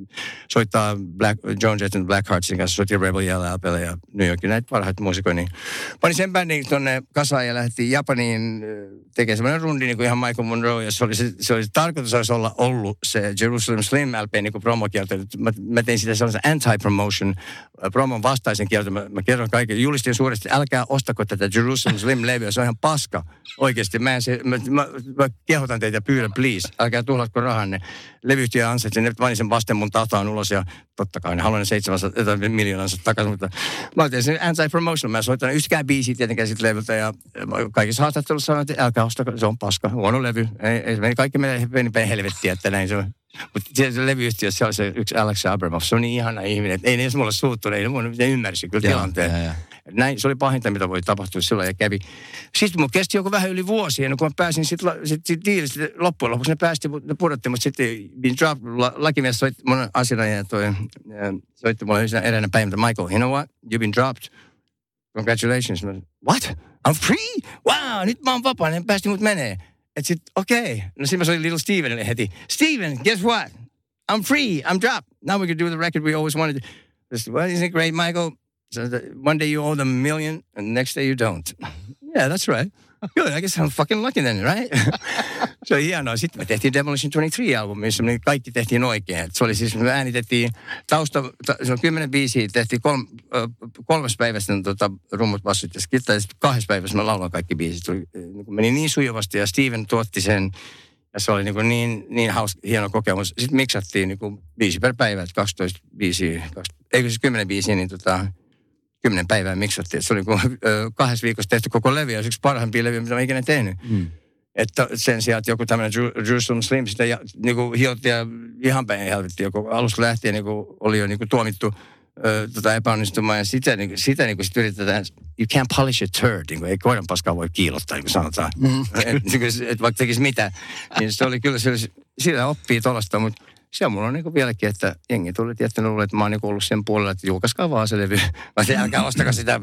soittaa Black, Joan Jett and Blackheartsin kanssa, soitti Rebel Yell L P:llä ja New Yorkin näitä parhaita muusikoja. Niin pani sen bändin tuonne kasaan ja lähti Japaniin tekemään semmoinen rundi niin kuin ihan Michael Monroe, ja se oli, se, se oli tarkoitus olisi olla ollut se Jerusalem Slim L P niin kuin promokielto. Mä, mä tein sitä sellaisen anti-promotion, promon vastaisen kielto. Mä, mä kerron kaikille, julistin suuresti, älkää ostako tätä Jerusalem Slim-levyä, se on ihan paska. Oikeasti, mä en se, mä, Mä, mä kehotan teitä, pyydän, please. Älkää tuhlatko rahanne. Levyyhtiö ansaitsi, ne pani sen vasten mun tahtaan ulos ja totta kai ne haluan ne seitsemänsataa miljoonansa takaisin. Mutta mä tein sen anti-promotion. Mä soitan yhtäkään biisiä tietenkään sit levyltä ja kaikissa haastattelussa sanoin, että älkää ostako, se on paska, huono levy. Ei, ei meni kaikki menee päin helvettiä, että näin se on. Mutta se levyyhtiössä se oli se yksi Alex Abramoff, se on niin ihana ihminen, että ei ne edes mulle suuttunut, ei ne mulle mitään ymmärsi kyllä tilanteen. Ja, ja. Näin, se oli pahinta, mitä voi tapahtua silloin ja kävi. Sitten mun kesti joku vähän yli vuosi, ennen kuin mä pääsin sitten sit, sit diilistä loppujen lopuksi. Ne päästi, ne pudotti, mutta sitten been dropped, lakimies soitti mun asianajan ja toi, ja soitti mulle eräänä päivänä, Michael, you know what, you've been dropped. Congratulations. What? I'm free? Wow, nyt mä oon vapaa, ne päästi mut menee. Että sit, okei. Okay. No sitten mä soitin Little Stevenille heti. Steven, guess what? I'm free, I'm dropped. Now we can do the record we always wanted to. Well, isn't it great, Michael? So one day you owe them a million, and the next day you don't. Yeah, that's right. Good, I guess I'm fucking lucky then, right? Se on hienoa. Sitten me tehtiin Demolition kaksikymmentäkolme-albumi, missä me kaikki tehtiin oikein. Se oli siis, me äänitettiin tausta, se on kymmenen biisiä, tehtiin kolm, kolmes päivästä tota, rummut, bassut ja skittaa, ja sitten kahdessa päivässä mä laulan kaikki biisit. Se oli, meni niin sujuvasti, ja Steven tuotti sen, ja se oli niin, niin, niin hauska, hieno kokemus. Sitten miksattiin niin biisi per päivä, kaksitoista biisiä, eikö siis kymmenen biisiä, niin tota... Kymmenen päivää miksattiin. Se oli kuin kahdessa viikossa tehty koko levy, ja yksi parhaimpia levyjä, mitä mä ikinä tehnyt. Mm. Että sen sijaan, että joku tämmöinen Jerusalem Slim, sitä ja, niin kuin hiotti ja ihan päin helvetti. Joku alusta lähtien niin kuin oli jo niin kuin tuomittu ö, tota epäonnistumaan, ja sitä, niin kuin, sitä niin kuin sit yritetään, you can't polish a turd, niin kuin, ei koiran paskaa voi kiilottaa, niin kuin sanotaan. Mm. Että niin et vaikka tekisi mitä, niin se oli kyllä, se oli, sitä oppii tuollaista, mutta se on mulla on niin vieläkin, että jengi tuli tiettänyt luulle, että mä oon niin ollut sen puolella, että julkaiskaa vaan se levy. Mä tein, älkää ostaka sitä,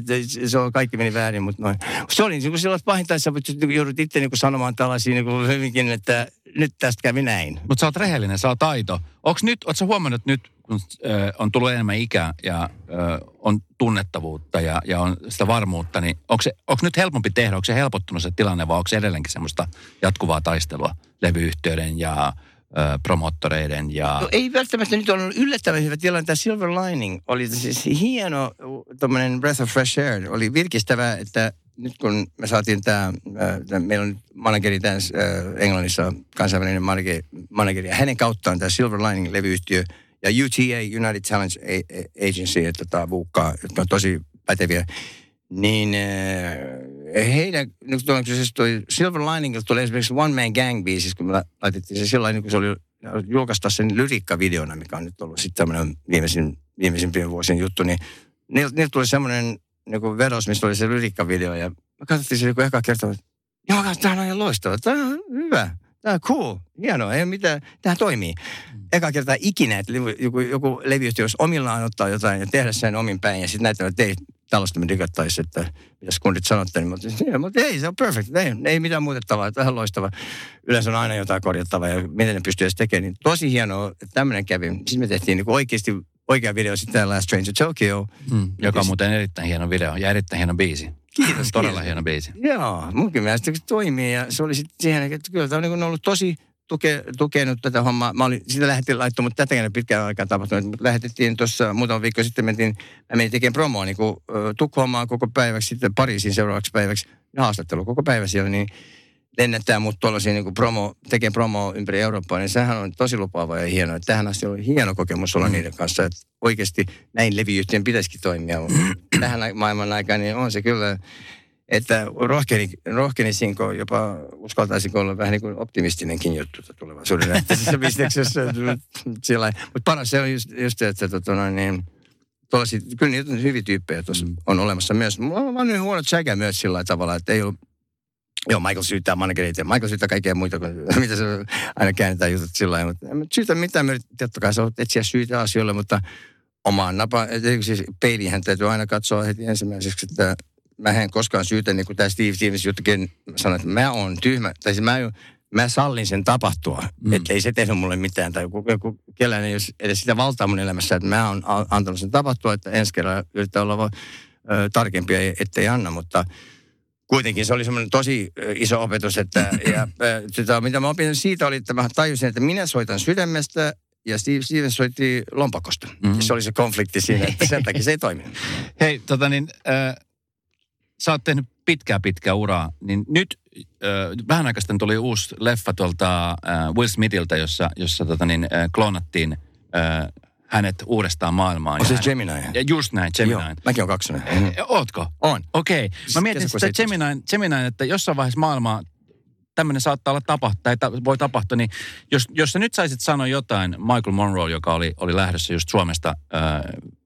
se on, kaikki meni väärin, mutta noin. Se oli niin silloin pahinta, että sä joudut itse niin sanomaan tällaisia niin hyvinkin, että nyt tästä kävi näin. Mutta sä oot rehellinen, sä oot aito. Onks nyt, oot sä huomannut, että nyt kun äh, on tullut enemmän ikää ja äh, on tunnettavuutta ja, ja on sitä varmuutta, niin onko se, onko nyt helpompi tehdä, onko se helpottunut se tilanne vai onko se edelleenkin semmoista jatkuvaa taistelua levyyhtiöiden ja promottoreiden ja... No ei välttämättä nyt ollut yllättävän hyvä tilanne. Tämä Silver Lining oli siis hieno tommoinen breath of fresh air. Oli virkistävää, että nyt kun me saatiin tämä, äh, meillä on manageri tässä äh, Englannissa, kansainvälinen manageri, manageri, ja hänen kauttaan tämä Silver Lining-levyyhtiö ja U T A, United Talent Agency, että tota, vuukkaa, jotka on tosi päteviä, niin äh, heidän, nyt kun siis toi Silver Lining tuli esimerkiksi One Man Gang-biisissä, kun me laitettiin se sillä kun se oli julkaista sen lyrikkavideona, mikä on nyt ollut sitten tämmöinen viimeisin, viimeisimpien vuosien juttu, niin niiltä, niiltä tuli semmoinen niin kuin vedos, missä oli se lyrikkavideo, ja mä katsottiin se joku eka kerta, että joo, tämä on ihan loistava, tämä on hyvä, tämä on cool, hienoa, ei ole mitään, tämä toimii. Eka kertaa ikinä, että joku, joku levyyhtiö olisi omillaan ottaa jotain ja tehdä sen omin päin, ja sitten näyttää, että ei, tällaista me digattaisi, että mitäs kundit sanotte, niin mä otin, mutta ei, se on perfect, ei, ei mitään muutettavaa, tämä on loistava. Yleensä on aina jotain korjattavaa, ja miten ne pystyy edes tekemään, niin tosi hienoa, että tämmöinen kävi. Sitten me tehtiin niin oikeasti oikea video sitten Last Train to Tokyo. Mm, joka on muuten erittäin hieno video ja erittäin hieno biisi. Kiitos. Todella kiitos. hieno biisi. Joo, munkin mielestä se toimii ja se oli sitten siihen, että kyllä tämä on niin ollut tosi tuke, tukenut tätä hommaa. Mä olin, sitä lähdettiin laittaa, mutta tätäkään pitkään aikaan tapahtunut. Mutta lähetettiin tuossa muutama viikko sitten, mentiin, mä menin tekemään promoa niin kuin Tukholmaan koko päiväksi, sitten Pariisiin seuraavaksi päiväksi, haastattelu koko päivä siellä, niin lennättää mut tuollaisia niin promo, tekee promoa ympäri Eurooppaa, niin sehän on tosi lupaava ja hienoa. Tähän asti oli hieno kokemus olla mm. niiden kanssa, että oikeasti näin levyyhtiön pitäisikin toimia. Tähän maailman aikaan niin on se kyllä, että rohkeni, rohkenisinko, jopa uskaltaisinko olla vähän niin kuin optimistinenkin juttu tulevaisuuden lähteisessä bisneksessä. Mutta paras se on just, just että tota, niin, tuollaisia, kyllä niitä on hyviä tyyppejä tuossa mm. on olemassa myös. Mä oon nyt huono tsäkä myös sillä tavalla, että ei ollut. Joo, Michael syyttää managereita ja Michael syyttää kaikkea muita, mitä se aina käännetään jutut sillä lailla. Mutta en syytä mitään, me totta kai sä etsiä syitä asioille, mutta omaan napaan, siis peiliinhän täytyy aina katsoa heti ensimmäiseksi, että mä en koskaan syytä, niin kuin tämä Steve Stevens juttukin sanoi, että mä oon tyhmä, tai siis mä, mä sallin sen tapahtua, mm. että ei se tehnyt mulle mitään, tai joku, joku kellään ei ole edes sitä valtaa mun elämässä, että mä oon antanut sen tapahtua, että ensi kerralla yrittää olla vaan ö, tarkempia, ettei anna, mutta kuitenkin se oli semmoinen tosi iso opetus, että ja, sitä, mitä mä opin siitä oli, että mä tajusin, että minä soitan sydämestä ja Steve Stevens soitti lompakosta. Mm-hmm. Se oli se konflikti siinä, että sen takia se ei toiminut. Hei, tota niin, äh, sä oot tehnyt pitkää pitkää uraa, niin nyt äh, vähän aikaa sitten tuli uusi leffa tuolta äh, Will Smithiltä, jossa, jossa tota niin, äh, kloonattiin äh, hänet uudestaan maailmaan. On siis hän... Gemini? Ja just näin, Gemini. Joo, mäkin on kaksonen. Mm. Ootko? On. Okei. Okay. Mä mietin sitä Gemini, Gemini, että jossain vaiheessa maailmaa tämmöinen saattaa olla tapahtua, tai ta, voi tapahtua, niin jos, jos sä nyt saisit sanoa jotain Michael Monroe, joka oli, oli lähdössä just Suomesta äh,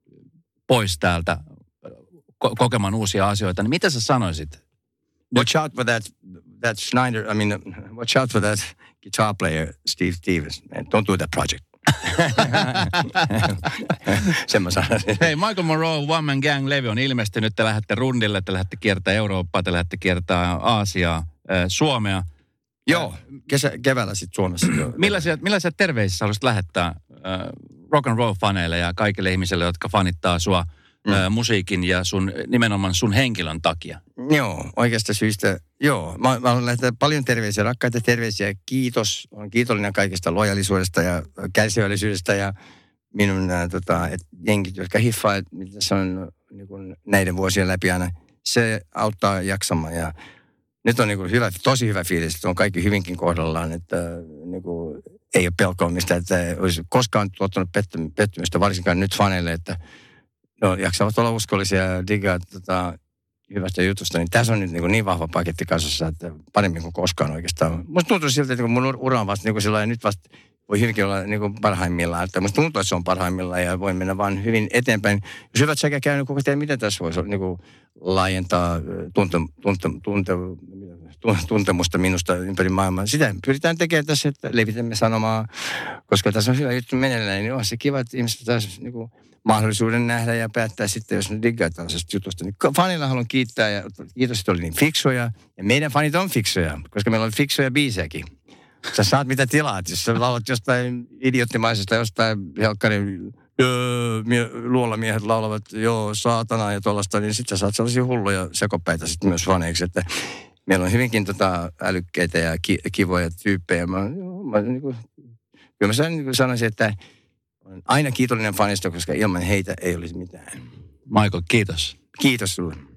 pois täältä ko- kokemaan uusia asioita, niin mitä sä sanoisit? Watch out for that, that Schneider, I mean, watch out for that guitar player, Steve Stevens. Man, don't do that project. Sen mä sanoisin. Hei, Michael Monroe One Man Gang-levy on ilmestynyt. Te lähdette rundille, te lähdette kiertää Eurooppaa, te lähdette kiertää Aasiaa, äh, Suomea. Joo, kesä, keväällä sitten Suomessa. Millaisia, millaisia terveisiä haluaisit lähettää äh, rock and roll faneille ja kaikille ihmisille, jotka fanittaa sua mm. äh, musiikin ja sun, nimenomaan sun henkilön takia? Joo, oikeasta syystä. Joo, mä, mä haluan lähettää paljon terveisiä, rakkaita terveisiä. Kiitos, olen kiitollinen kaikesta lojalisuudesta ja kärsivällisyydestä ja minun äh, tota, et jenkit, jotka hiffaa, että se on niin kuin näiden vuosien läpi aina. Se auttaa jaksamaan ja nyt on niin kuin hyvä, tosi hyvä fiilis, että on kaikki hyvinkin kohdallaan, että niin kuin, ei ole pelkoa mistä, että olisi koskaan tuottanut pettymystä, varsinkaan nyt faneille, että no, jaksavat olla uskollisia ja digaa tota, hyvästä jutusta, niin tässä on nyt niin, niin vahva paketti kasassa, että paremmin kuin koskaan oikeastaan. Musta tuntuu siltä, että mun ura on vasta niin kuin sillä nyt vasta voi hyvinkin olla niin kuin parhaimmillaan, että musta tuntuu, että se on parhaimmillaan ja voi mennä vaan hyvin eteenpäin. Jos hyvät sekä käynyt, koko tiedä, miten tässä voisi niin kuin laajentaa tunte, tunte, tunte, tuntemusta minusta ympäri maailmaa. Sitä pyritään tekemään tässä, että levitämme sanomaa, koska tässä on hyvä juttu meneillään, niin on se kiva, että ihmiset taas niin kuin mahdollisuuden nähdä ja päättää sitten, jos ne diggaa tällaisesta jutusta. Niin fanilla haluan kiittää ja kiitos, että oli niin fiksuja. Ja meidän fanit on fiksuja, koska meillä on fiksuja biisejäkin. Sä saat mitä tilaat, jos sä laulat jostain idioottimaisesta, jostain helkkarin luolamiehet laulavat, joo, saatana ja tuollaista, niin sit sä saat sellaisia hulluja sekopäitä sitten myös faneiksi, että meillä on hyvinkin tota älykkäitä ja ki- kivoja tyyppejä. Mä, joo, mä niin kuin kyllä mä sanoisin, että olen aina kiitollinen fanista, koska ilman heitä ei olisi mitään. Michael, kiitos. Kiitos sulle.